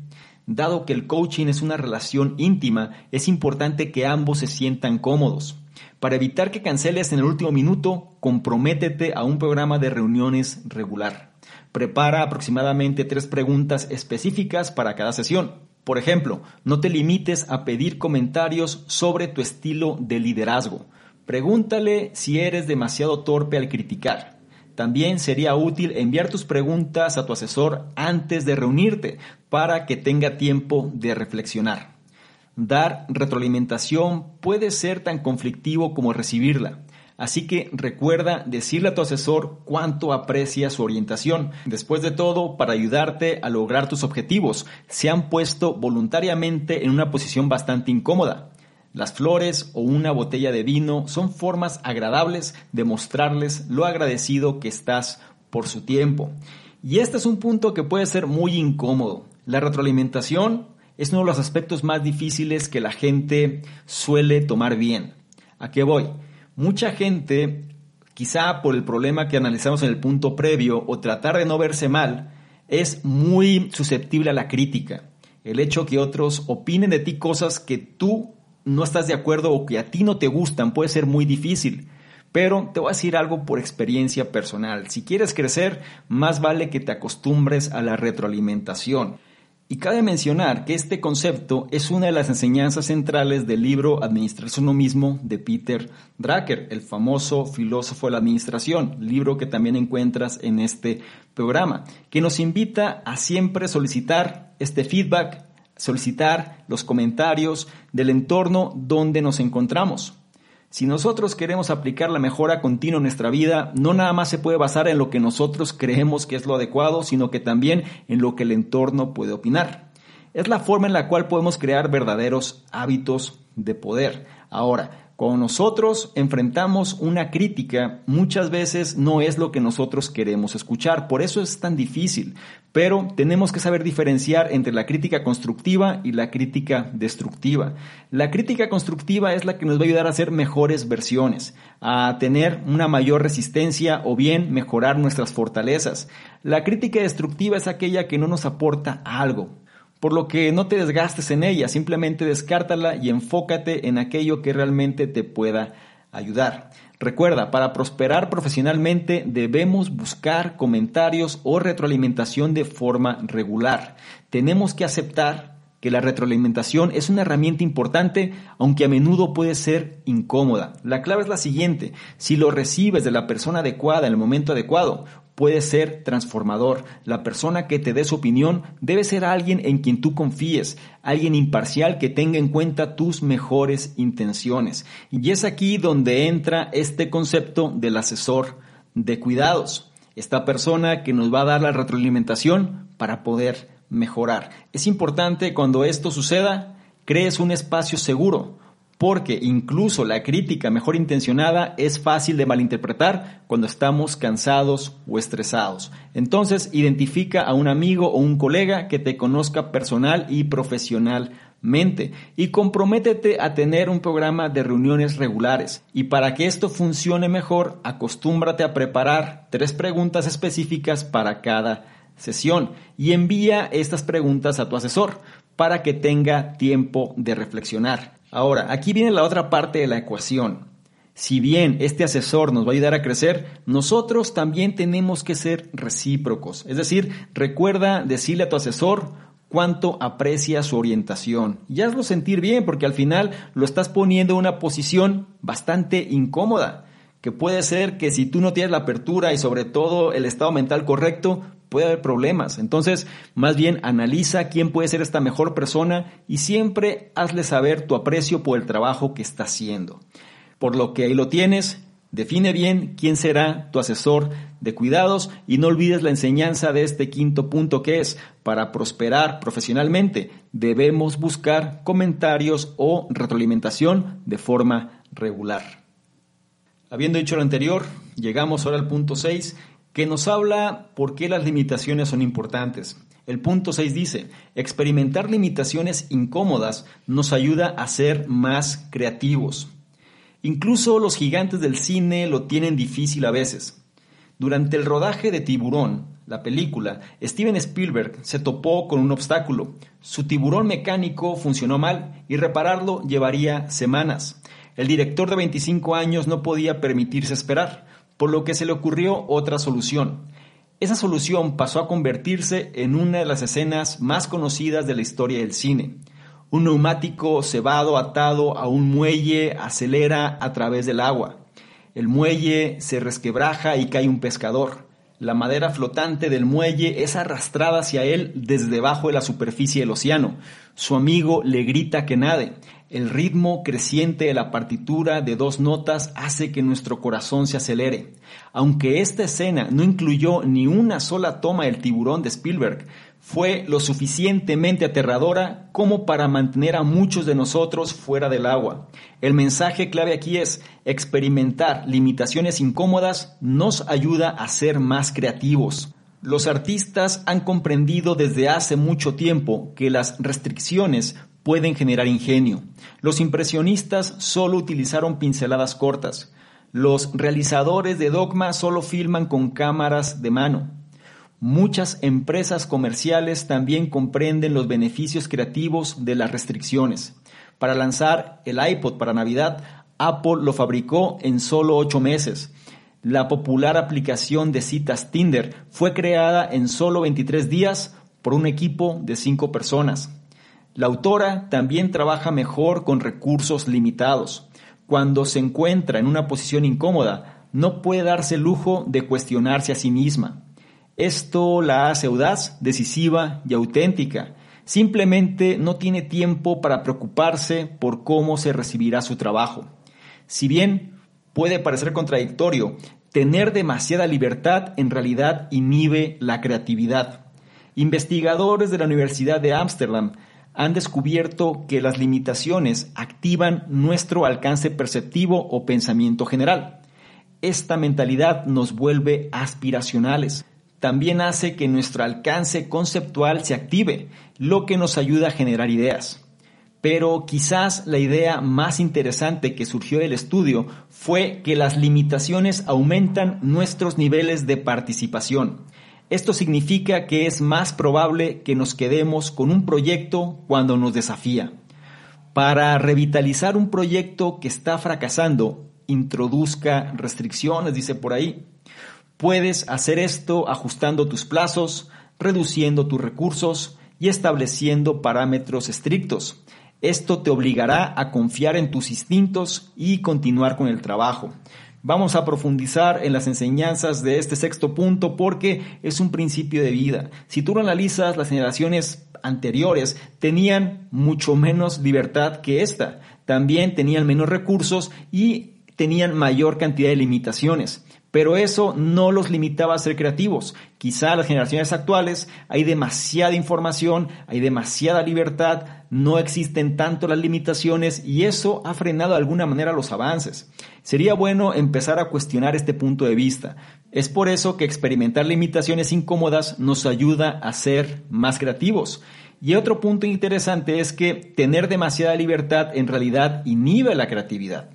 Dado que el coaching es una relación íntima, es importante que ambos se sientan cómodos. Para evitar que canceles en el último minuto, comprométete a un programa de reuniones regular. Prepara aproximadamente tres preguntas específicas para cada sesión. Por ejemplo, no te limites a pedir comentarios sobre tu estilo de liderazgo. Pregúntale si eres demasiado torpe al criticar. También sería útil enviar tus preguntas a tu asesor antes de reunirte para que tenga tiempo de reflexionar. Dar retroalimentación puede ser tan conflictivo como recibirla. Así que recuerda decirle a tu asesor cuánto aprecia su orientación. Después de todo, para ayudarte a lograr tus objetivos, se han puesto voluntariamente en una posición bastante incómoda. Las flores o una botella de vino son formas agradables de mostrarles lo agradecido que estás por su tiempo. Y este es un punto que puede ser muy incómodo. La retroalimentación es uno de los aspectos más difíciles que la gente suele tomar bien. ¿A qué voy? Mucha gente, quizá por el problema que analizamos en el punto previo o tratar de no verse mal, es muy susceptible a la crítica. El hecho que otros opinen de ti cosas que tú no estás de acuerdo o que a ti no te gustan puede ser muy difícil. Pero te voy a decir algo por experiencia personal. Si quieres crecer, más vale que te acostumbres a la retroalimentación. Y cabe mencionar que este concepto es una de las enseñanzas centrales del libro Administrarse uno mismo de Peter Drucker, el famoso filósofo de la administración, libro que también encuentras en este programa, que nos invita a siempre solicitar este feedback, solicitar los comentarios del entorno donde nos encontramos. Si nosotros queremos aplicar la mejora continua en nuestra vida, no nada más se puede basar en lo que nosotros creemos que es lo adecuado, sino que también en lo que el entorno puede opinar. Es la forma en la cual podemos crear verdaderos hábitos de poder. Ahora, cuando nosotros enfrentamos una crítica, muchas veces no es lo que nosotros queremos escuchar. Por eso es tan difícil. Pero tenemos que saber diferenciar entre la crítica constructiva y la crítica destructiva. La crítica constructiva es la que nos va a ayudar a ser mejores versiones, a tener una mayor resistencia o bien mejorar nuestras fortalezas. La crítica destructiva es aquella que no nos aporta algo. Por lo que no te desgastes en ella, simplemente descártala y enfócate en aquello que realmente te pueda ayudar. Recuerda, para prosperar profesionalmente debemos buscar comentarios o retroalimentación de forma regular. Tenemos que aceptar que la retroalimentación es una herramienta importante, aunque a menudo puede ser incómoda. La clave es la siguiente: si lo recibes de la persona adecuada en el momento adecuado, puede ser transformador. La persona que te dé su opinión debe ser alguien en quien tú confíes, alguien imparcial que tenga en cuenta tus mejores intenciones. Y es aquí donde entra este concepto del asesor de cuidados. Esta persona que nos va a dar la retroalimentación para poder mejorar. Es importante cuando esto suceda, crees un espacio seguro, porque incluso la crítica mejor intencionada es fácil de malinterpretar cuando estamos cansados o estresados. Entonces, identifica a un amigo o un colega que te conozca personal y profesionalmente y comprométete a tener un programa de reuniones regulares. Y para que esto funcione mejor, acostúmbrate a preparar tres preguntas específicas para cada sesión y envía estas preguntas a tu asesor para que tenga tiempo de reflexionar. Ahora, aquí viene la otra parte de la ecuación. Si bien este asesor nos va a ayudar a crecer, nosotros también tenemos que ser recíprocos. Es decir, recuerda decirle a tu asesor cuánto aprecia su orientación. Y hazlo sentir bien, porque al final lo estás poniendo en una posición bastante incómoda, que puede ser que si tú no tienes la apertura y sobre todo el estado mental correcto, puede haber problemas. Entonces, más bien analiza quién puede ser esta mejor persona y siempre hazle saber tu aprecio por el trabajo que está haciendo. Por lo que ahí lo tienes, define bien quién será tu asesor de cuidados y no olvides la enseñanza de este quinto punto, que es: para prosperar profesionalmente debemos buscar comentarios o retroalimentación de forma regular. Habiendo dicho lo anterior, llegamos ahora al punto seis, que nos habla por qué las limitaciones son importantes. El punto seis dice: experimentar limitaciones incómodas nos ayuda a ser más creativos. Incluso los gigantes del cine lo tienen difícil a veces. Durante el rodaje de Tiburón, la película, Steven Spielberg se topó con un obstáculo. Su tiburón mecánico funcionó mal y repararlo llevaría semanas. El director de veinticinco años no podía permitirse esperar, por lo que se le ocurrió otra solución. Esa solución pasó a convertirse en una de las escenas más conocidas de la historia del cine. Un neumático cebado atado a un muelle acelera a través del agua. El muelle se resquebraja y cae un pescador. La madera flotante del muelle es arrastrada hacia él desde debajo de la superficie del océano. Su amigo le grita que nade. El ritmo creciente de la partitura de dos notas hace que nuestro corazón se acelere. Aunque esta escena no incluyó ni una sola toma del tiburón de Spielberg, fue lo suficientemente aterradora como para mantener a muchos de nosotros fuera del agua. El mensaje clave aquí es: experimentar limitaciones incómodas nos ayuda a ser más creativos. Los artistas han comprendido desde hace mucho tiempo que las restricciones pueden generar ingenio. Los impresionistas solo utilizaron pinceladas cortas. Los realizadores de Dogma solo filman con cámaras de mano. Muchas empresas comerciales también comprenden los beneficios creativos de las restricciones. Para lanzar el iPod para Navidad, Apple lo fabricó en solo ocho meses. La popular aplicación de citas Tinder fue creada en solo veintitrés días por un equipo de cinco personas. La autora también trabaja mejor con recursos limitados. Cuando se encuentra en una posición incómoda, no puede darse el lujo de cuestionarse a sí misma. Esto la hace audaz, decisiva y auténtica. Simplemente no tiene tiempo para preocuparse por cómo se recibirá su trabajo. Si bien puede parecer contradictorio, tener demasiada libertad en realidad inhibe la creatividad. Investigadores de la Universidad de Ámsterdam han descubierto que las limitaciones activan nuestro alcance perceptivo o pensamiento general. Esta mentalidad nos vuelve aspiracionales. También hace que nuestro alcance conceptual se active, lo que nos ayuda a generar ideas. Pero quizás la idea más interesante que surgió del estudio fue que las limitaciones aumentan nuestros niveles de participación. Esto significa que es más probable que nos quedemos con un proyecto cuando nos desafía. Para revitalizar un proyecto que está fracasando, introduzca restricciones, dice por ahí. Puedes hacer esto ajustando tus plazos, reduciendo tus recursos y estableciendo parámetros estrictos. Esto te obligará a confiar en tus instintos y continuar con el trabajo. Vamos a profundizar en las enseñanzas de este sexto punto porque es un principio de vida. Si tú lo analizas, las generaciones anteriores tenían mucho menos libertad que esta. También tenían menos recursos y tenían mayor cantidad de limitaciones. Pero eso no los limitaba a ser creativos. Quizá en las generaciones actuales hay demasiada información, hay demasiada libertad, no existen tanto las limitaciones y eso ha frenado de alguna manera los avances. Sería bueno empezar a cuestionar este punto de vista. Es por eso que experimentar limitaciones incómodas nos ayuda a ser más creativos. Y otro punto interesante es que tener demasiada libertad en realidad inhibe la creatividad.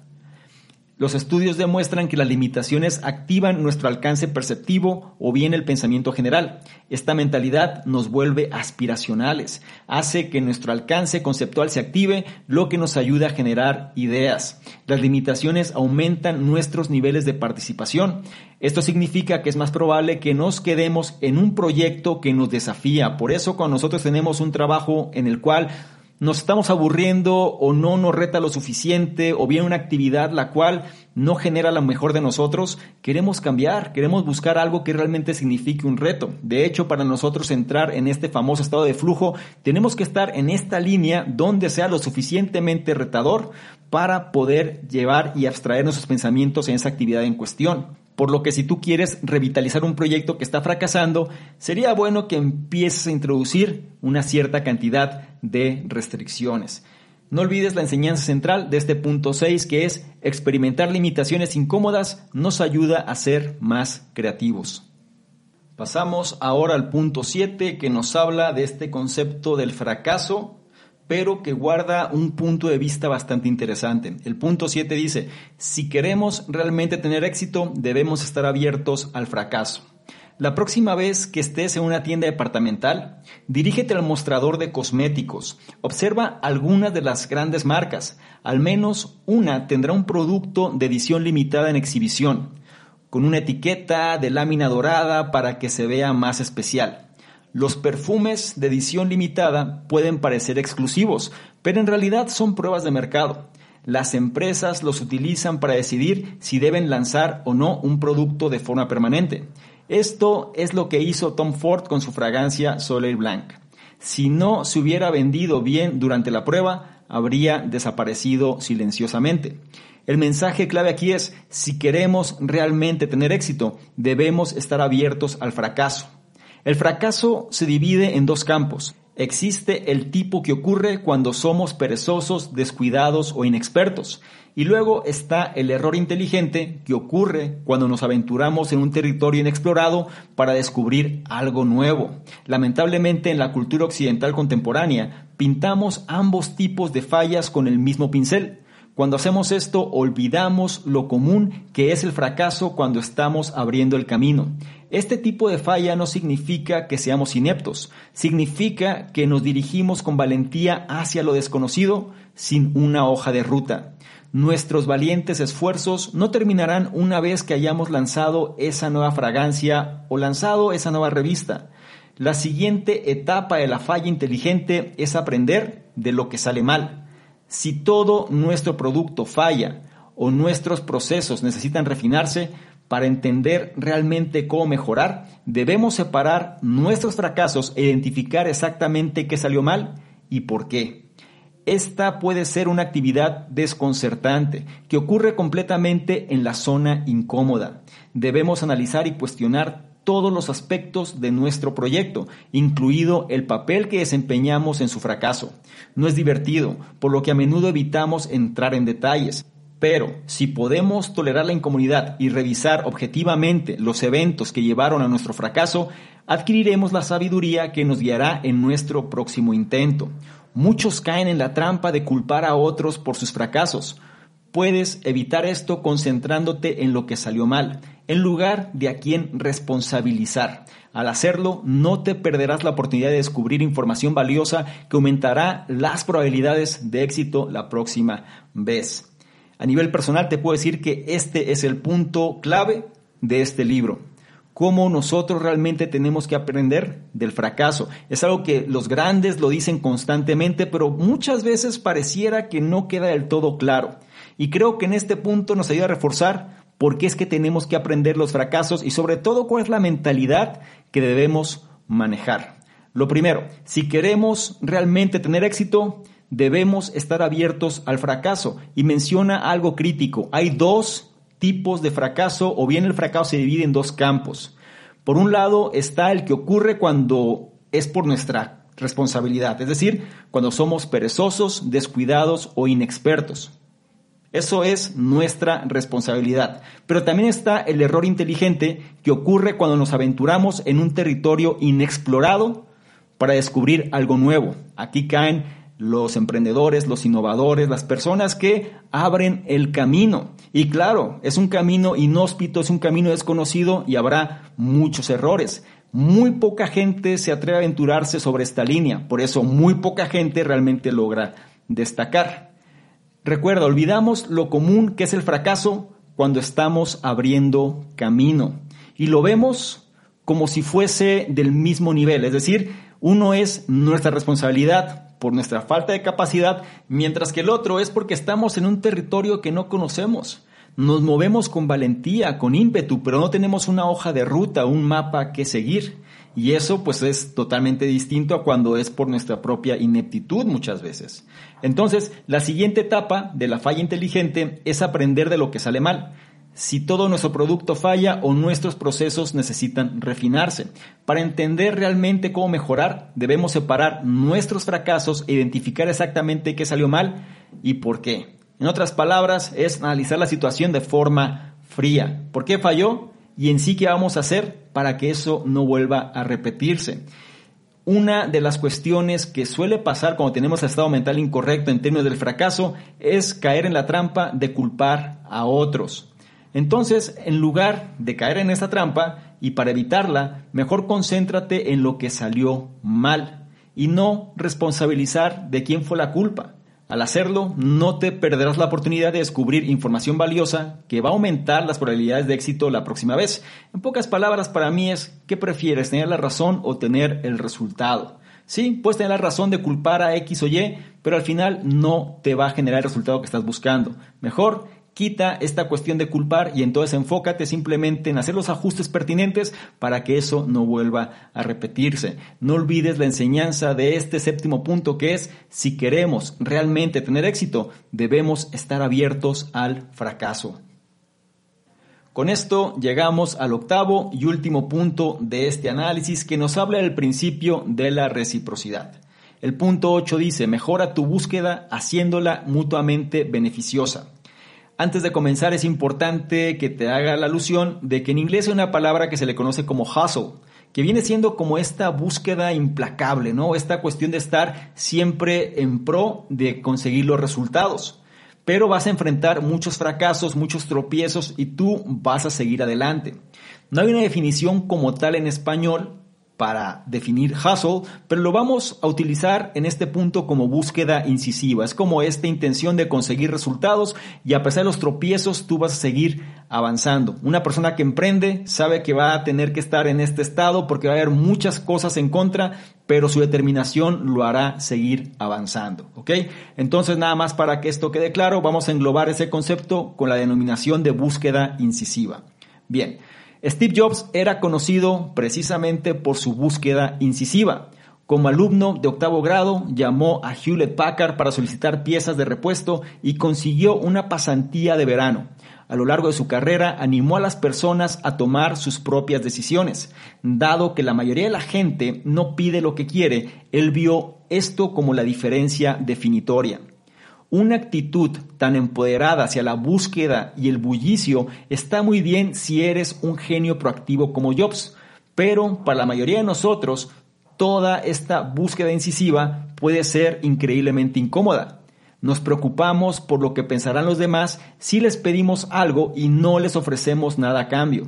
Los estudios demuestran que las limitaciones activan nuestro alcance perceptivo o bien el pensamiento general. Esta mentalidad nos vuelve aspiracionales, hace que nuestro alcance conceptual se active, lo que nos ayuda a generar ideas. Las limitaciones aumentan nuestros niveles de participación. Esto significa que es más probable que nos quedemos en un proyecto que nos desafía. Por eso, cuando nosotros tenemos un trabajo en el cual nos estamos aburriendo o no nos reta lo suficiente o bien una actividad la cual no genera lo mejor de nosotros, queremos cambiar, queremos buscar algo que realmente signifique un reto. De hecho, para nosotros entrar en este famoso estado de flujo, tenemos que estar en esta línea donde sea lo suficientemente retador para poder llevar y abstraer nuestros pensamientos en esa actividad en cuestión. Por lo que si tú quieres revitalizar un proyecto que está fracasando, sería bueno que empieces a introducir una cierta cantidad de restricciones. No olvides la enseñanza central de este punto seis, que es experimentar limitaciones incómodas nos ayuda a ser más creativos. Pasamos ahora al punto siete, que nos habla de este concepto del fracaso, pero que guarda un punto de vista bastante interesante. El punto siete dice, si queremos realmente tener éxito, debemos estar abiertos al fracaso. La próxima vez que estés en una tienda departamental, dirígete al mostrador de cosméticos. Observa algunas de las grandes marcas. Al menos una tendrá un producto de edición limitada en exhibición, con una etiqueta de lámina dorada para que se vea más especial. Los perfumes de edición limitada pueden parecer exclusivos, pero en realidad son pruebas de mercado. Las empresas los utilizan para decidir si deben lanzar o no un producto de forma permanente. Esto es lo que hizo Tom Ford con su fragancia Soleil Blanc. Si no se hubiera vendido bien durante la prueba, habría desaparecido silenciosamente. El mensaje clave aquí es, si queremos realmente tener éxito, debemos estar abiertos al fracaso. El fracaso se divide en dos campos. Existe el tipo que ocurre cuando somos perezosos, descuidados o inexpertos. Y luego está el error inteligente que ocurre cuando nos aventuramos en un territorio inexplorado para descubrir algo nuevo. Lamentablemente, en la cultura occidental contemporánea, pintamos ambos tipos de fallas con el mismo pincel. Cuando hacemos esto, olvidamos lo común que es el fracaso cuando estamos abriendo el camino. Este tipo de falla no significa que seamos ineptos, significa que nos dirigimos con valentía hacia lo desconocido sin una hoja de ruta. Nuestros valientes esfuerzos no terminarán una vez que hayamos lanzado esa nueva fragancia o lanzado esa nueva revista. La siguiente etapa de la falla inteligente es aprender de lo que sale mal. Si todo nuestro producto falla o nuestros procesos necesitan refinarse, para entender realmente cómo mejorar, debemos separar nuestros fracasos e identificar exactamente qué salió mal y por qué. Esta puede ser una actividad desconcertante que ocurre completamente en la zona incómoda. Debemos analizar y cuestionar todos los aspectos de nuestro proyecto, incluido el papel que desempeñamos en su fracaso. No es divertido, por lo que a menudo evitamos entrar en detalles. Pero si podemos tolerar la incomodidad y revisar objetivamente los eventos que llevaron a nuestro fracaso, adquiriremos la sabiduría que nos guiará en nuestro próximo intento. Muchos caen en la trampa de culpar a otros por sus fracasos. Puedes evitar esto concentrándote en lo que salió mal, en lugar de a quién responsabilizar. Al hacerlo, no te perderás la oportunidad de descubrir información valiosa que aumentará las probabilidades de éxito la próxima vez. A nivel personal te puedo decir que este es el punto clave de este libro. Cómo nosotros realmente tenemos que aprender del fracaso. Es algo que los grandes lo dicen constantemente, pero muchas veces pareciera que no queda del todo claro. Y creo que en este punto nos ayuda a reforzar por qué es que tenemos que aprender los fracasos y sobre todo cuál es la mentalidad que debemos manejar. Lo primero, si queremos realmente tener éxito, debemos estar abiertos al fracaso. Y menciona algo crítico. Hay dos tipos de fracaso, o bien el fracaso se divide en dos campos. Por un lado está el que ocurre cuando es por nuestra responsabilidad, es decir, cuando somos perezosos, descuidados o inexpertos. Eso es nuestra responsabilidad. Pero también está el error inteligente que ocurre cuando nos aventuramos en un territorio inexplorado para descubrir algo nuevo. Aquí caen los emprendedores, los innovadores, las personas que abren el camino. Y claro, es un camino inhóspito, es un camino desconocido y habrá muchos errores. Muy poca gente se atreve a aventurarse sobre esta línea, por eso muy poca gente realmente logra destacar. Recuerda, olvidamos lo común que es el fracaso cuando estamos abriendo camino. Y lo vemos como si fuese del mismo nivel, es decir, uno es nuestra responsabilidad por nuestra falta de capacidad, mientras que el otro es porque estamos en un territorio que no conocemos. Nos movemos con valentía, con ímpetu, pero no tenemos una hoja de ruta, un mapa que seguir. Y eso pues es totalmente distinto a cuando es por nuestra propia ineptitud muchas veces. Entonces, la siguiente etapa de la falla inteligente es aprender de lo que sale mal. Si todo nuestro producto falla o nuestros procesos necesitan refinarse. Para entender realmente cómo mejorar, debemos separar nuestros fracasos e identificar exactamente qué salió mal y por qué. En otras palabras, es analizar la situación de forma fría. ¿Por qué falló? Y en sí, ¿qué vamos a hacer para que eso no vuelva a repetirse? Una de las cuestiones que suele pasar cuando tenemos el estado mental incorrecto en términos del fracaso es caer en la trampa de culpar a otros. Entonces, en lugar de caer en esta trampa y para evitarla, mejor concéntrate en lo que salió mal y no responsabilizar de quién fue la culpa. Al hacerlo, no te perderás la oportunidad de descubrir información valiosa que va a aumentar las probabilidades de éxito la próxima vez. En pocas palabras, para mí es, ¿qué prefieres, tener la razón o tener el resultado? Sí, puedes tener la razón de culpar a X o Y, pero al final no te va a generar el resultado que estás buscando. Mejor quita esta cuestión de culpar y entonces enfócate simplemente en hacer los ajustes pertinentes para que eso no vuelva a repetirse. No olvides la enseñanza de este séptimo punto, que es: si queremos realmente tener éxito, debemos estar abiertos al fracaso. Con esto llegamos al octavo y último punto de este análisis, que nos habla del principio de la reciprocidad. El punto ocho dice: mejora tu búsqueda haciéndola mutuamente beneficiosa. Antes de comenzar, es importante que te haga la alusión de que en inglés hay una palabra que se le conoce como hustle, que viene siendo como esta búsqueda implacable, ¿no? Esta cuestión de estar siempre en pro de conseguir los resultados. Pero vas a enfrentar muchos fracasos, muchos tropiezos y tú vas a seguir adelante. No hay una definición como tal en español para definir hustle, pero lo vamos a utilizar en este punto como búsqueda incisiva. Es como esta intención de conseguir resultados y a pesar de los tropiezos tú vas a seguir avanzando. Una persona que emprende sabe que va a tener que estar en este estado porque va a haber muchas cosas en contra, pero su determinación lo hará seguir avanzando, ¿ok? Entonces, nada más para que esto quede claro, vamos a englobar ese concepto con la denominación de búsqueda incisiva. Bien. Steve Jobs era conocido precisamente por su búsqueda incisiva. Como alumno de octavo grado, llamó a Hewlett Packard para solicitar piezas de repuesto y consiguió una pasantía de verano. A lo largo de su carrera, animó a las personas a tomar sus propias decisiones. Dado que la mayoría de la gente no pide lo que quiere, él vio esto como la diferencia definitoria. Una actitud tan empoderada hacia la búsqueda y el bullicio está muy bien si eres un genio proactivo como Jobs, pero para la mayoría de nosotros, toda esta búsqueda incisiva puede ser increíblemente incómoda. Nos preocupamos por lo que pensarán los demás si les pedimos algo y no les ofrecemos nada a cambio.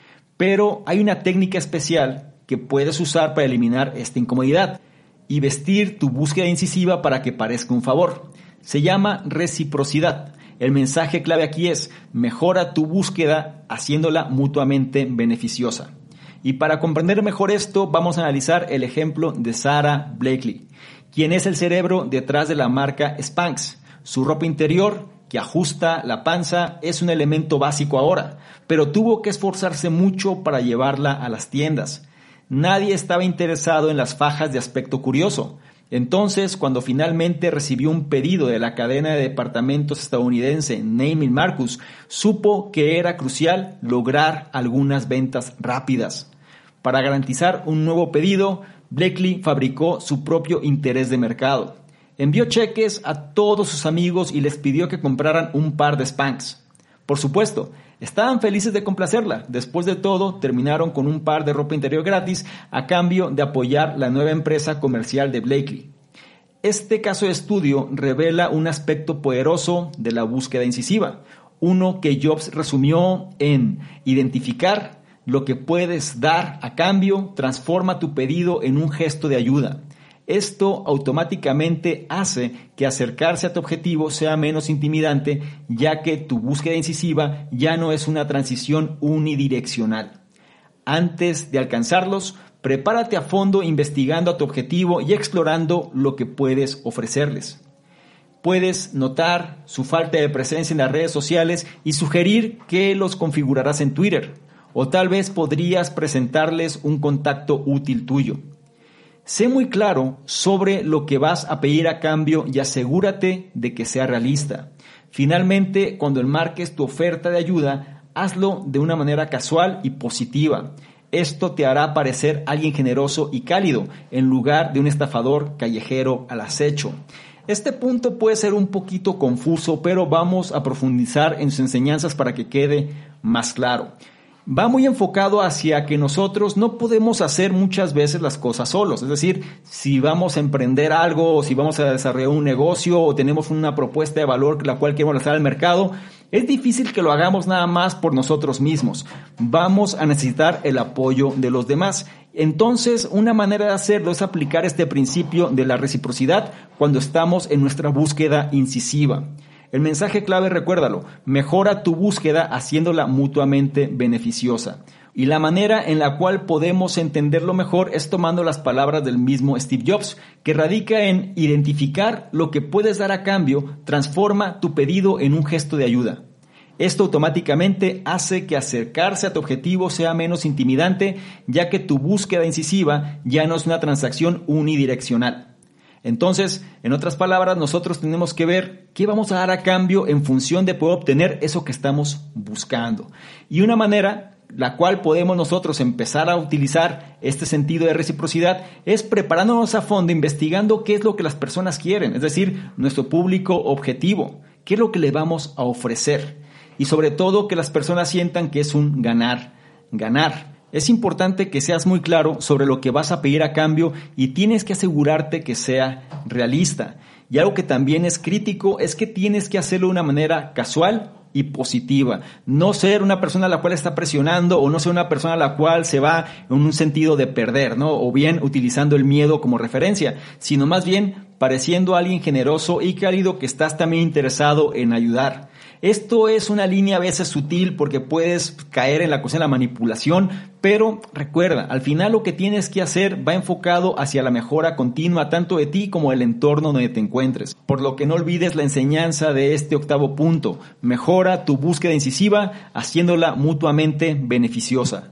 Pero hay una técnica especial que puedes usar para eliminar esta incomodidad y vestir tu búsqueda incisiva para que parezca un favor. Se llama reciprocidad. El mensaje clave aquí es: mejora tu búsqueda haciéndola mutuamente beneficiosa. Y para comprender mejor esto, vamos a analizar el ejemplo de Sara Blakely, quien es el cerebro detrás de la marca Spanx. Su ropa interior, que ajusta la panza, es un elemento básico ahora, pero tuvo que esforzarse mucho para llevarla a las tiendas. Nadie estaba interesado en las fajas de aspecto curioso. Entonces, cuando finalmente recibió un pedido de la cadena de departamentos estadounidense Neiman Marcus, supo que era crucial lograr algunas ventas rápidas. Para garantizar un nuevo pedido, Blakely fabricó su propio interés de mercado. Envió cheques a todos sus amigos y les pidió que compraran un par de Spanx. Por supuesto, estaban felices de complacerla. Después de todo, terminaron con un par de ropa interior gratis a cambio de apoyar la nueva empresa comercial de Blakely. Este caso de estudio revela un aspecto poderoso de la búsqueda incisiva, uno que Jobs resumió en: identificar lo que puedes dar a cambio transforma tu pedido en un gesto de ayuda. Esto automáticamente hace que acercarse a tu objetivo sea menos intimidante, ya que tu búsqueda incisiva ya no es una transición unidireccional. Antes de alcanzarlos, prepárate a fondo investigando a tu objetivo y explorando lo que puedes ofrecerles. Puedes notar su falta de presencia en las redes sociales y sugerir que los configurarás en Twitter, o tal vez podrías presentarles un contacto útil tuyo. Sé muy claro sobre lo que vas a pedir a cambio y asegúrate de que sea realista. Finalmente, cuando enmarques tu oferta de ayuda, hazlo de una manera casual y positiva. Esto te hará parecer alguien generoso y cálido en lugar de un estafador callejero al acecho. Este punto puede ser un poquito confuso, pero vamos a profundizar en sus enseñanzas para que quede más claro. va muy enfocado hacia que nosotros no podemos hacer muchas veces las cosas solos. Es decir, si vamos a emprender algo o si vamos a desarrollar un negocio o tenemos una propuesta de valor la cual queremos lanzar al mercado, es difícil que lo hagamos nada más por nosotros mismos. Vamos a necesitar el apoyo de los demás. Entonces, una manera de hacerlo es aplicar este principio de la reciprocidad cuando estamos en nuestra búsqueda incisiva. El mensaje clave, recuérdalo, mejora tu búsqueda haciéndola mutuamente beneficiosa. Y la manera en la cual podemos entenderlo mejor es tomando las palabras del mismo Steve Jobs, que radica en identificar lo que puedes dar a cambio, transforma tu pedido en un gesto de ayuda. Esto automáticamente hace que acercarse a tu objetivo sea menos intimidante, ya que tu búsqueda incisiva ya no es una transacción unidireccional. Entonces, en otras palabras, nosotros tenemos que ver qué vamos a dar a cambio en función de poder obtener eso que estamos buscando. Y una manera la cual podemos nosotros empezar a utilizar este sentido de reciprocidad es preparándonos a fondo, investigando qué es lo que las personas quieren, es decir, nuestro público objetivo, qué es lo que le vamos a ofrecer. Y sobre todo que las personas sientan que es un ganar, ganar. Es importante que seas muy claro sobre lo que vas a pedir a cambio y tienes que asegurarte que sea realista. Y algo que también es crítico es que tienes que hacerlo de una manera casual y positiva. No ser una persona a la cual está presionando o no ser una persona a la cual se va en un sentido de perder, ¿no? O bien utilizando el miedo como referencia, sino más bien pareciendo alguien generoso y cálido que estás también interesado en ayudar. Esto es una línea a veces sutil porque puedes caer en la cosa de la manipulación, pero recuerda, al final lo que tienes que hacer va enfocado hacia la mejora continua tanto de ti como del entorno donde te encuentres. Por lo que no olvides la enseñanza de este octavo punto. Mejora tu búsqueda incisiva haciéndola mutuamente beneficiosa.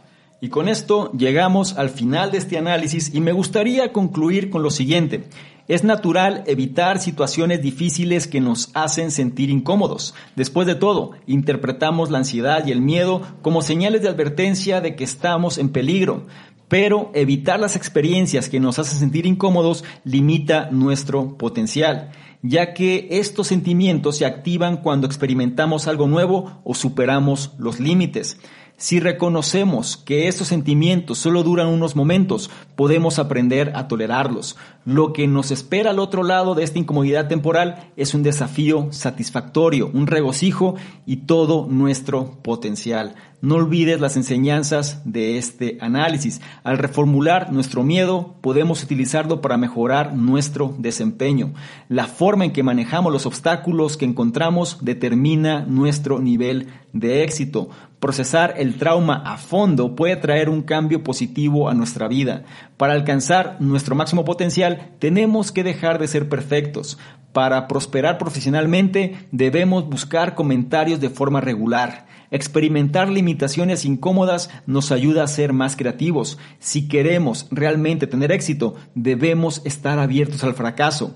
Y con esto llegamos al final de este análisis y me gustaría concluir con lo siguiente. Es natural evitar situaciones difíciles que nos hacen sentir incómodos. Después de todo, interpretamos la ansiedad y el miedo como señales de advertencia de que estamos en peligro. Pero evitar las experiencias que nos hacen sentir incómodos limita nuestro potencial, ya que estos sentimientos se activan cuando experimentamos algo nuevo o superamos los límites. Si reconocemos que estos sentimientos solo duran unos momentos, podemos aprender a tolerarlos. Lo que nos espera al otro lado de esta incomodidad temporal es un desafío satisfactorio, un regocijo y todo nuestro potencial. No olvides las enseñanzas de este análisis. Al reformular nuestro miedo, podemos utilizarlo para mejorar nuestro desempeño. La forma en que manejamos los obstáculos que encontramos determina nuestro nivel de éxito. Procesar el trauma a fondo puede traer un cambio positivo a nuestra vida. Para alcanzar nuestro máximo potencial, tenemos que dejar de ser perfectos. Para prosperar profesionalmente, debemos buscar comentarios de forma regular. Experimentar limitaciones incómodas nos ayuda a ser más creativos. Si queremos realmente tener éxito, debemos estar abiertos al fracaso.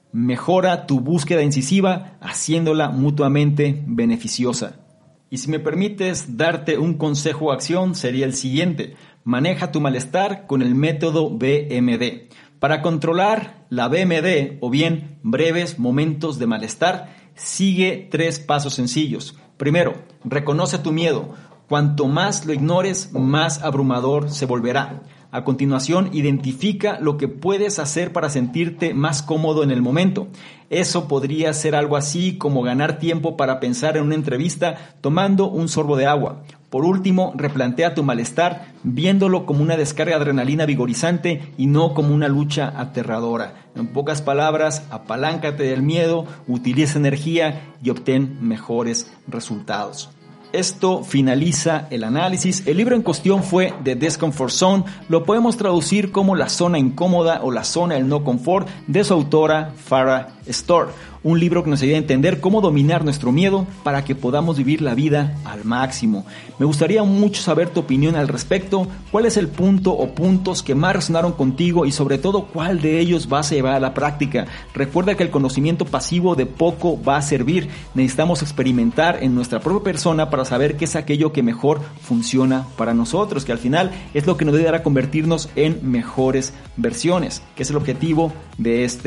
Mejora tu búsqueda incisiva haciéndola mutuamente beneficiosa. Y si me permites darte un consejo o acción, sería el siguiente. Maneja tu malestar con el método B M D. Para controlar la B M D, o bien breves momentos de malestar, sigue tres pasos sencillos. Primero, reconoce tu miedo. Cuanto más lo ignores, más abrumador se volverá. A continuación, identifica lo que puedes hacer para sentirte más cómodo en el momento. Eso podría ser algo así como ganar tiempo para pensar en una entrevista tomando un sorbo de agua. Por último, replantea tu malestar viéndolo como una descarga de adrenalina vigorizante y no como una lucha aterradora. En pocas palabras, apaláncate del miedo, utiliza energía y obtén mejores resultados. Esto finaliza el análisis. El libro en cuestión fue The Discomfort Zone. Lo podemos traducir como la zona incómoda o la zona del no confort de su autora Farah Storr. Un libro que nos ayuda a entender cómo dominar nuestro miedo para que podamos vivir la vida al máximo. Me gustaría mucho saber tu opinión al respecto. ¿Cuál es el punto o puntos que más resonaron contigo y sobre todo cuál de ellos vas a llevar a la práctica? Recuerda que el conocimiento pasivo de poco va a servir. Necesitamos experimentar en nuestra propia persona para saber qué es aquello que mejor funciona para nosotros, que al final es lo que nos debe dar a convertirnos en mejores versiones, que es el objetivo de este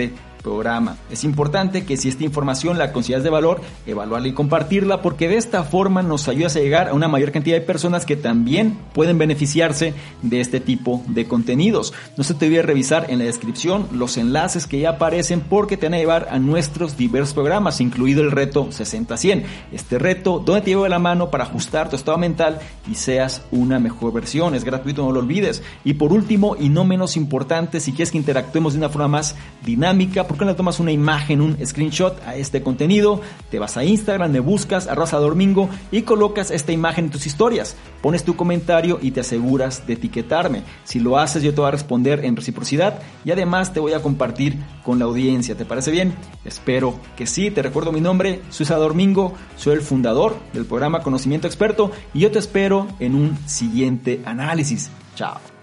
programa. Es importante que si esta información la consideras de valor, evaluarla y compartirla, porque de esta forma nos ayudas a llegar a una mayor cantidad de personas que también pueden beneficiarse de este tipo de contenidos. No se te olvide revisar en la descripción los enlaces que ya aparecen, porque te van a llevar a nuestros diversos programas, incluido el reto sesenta cien. Este reto donde te llevo de la mano para ajustar tu estado mental y seas una mejor versión. Es gratuito, no lo olvides. Y por último, y no menos importante, si quieres que interactuemos de una forma más dinámica, ¿por qué no le tomas una imagen, un screenshot a este contenido? Te vas a Instagram, me buscas, arroba Salvador Mingo, y colocas esta imagen en tus historias. Pones tu comentario y te aseguras de etiquetarme. Si lo haces, yo te voy a responder en reciprocidad y además te voy a compartir con la audiencia. ¿Te parece bien? Espero que sí. Te recuerdo mi nombre, soy Salvador Mingo, soy el fundador del programa Conocimiento Experto y yo te espero en un siguiente análisis. Chao.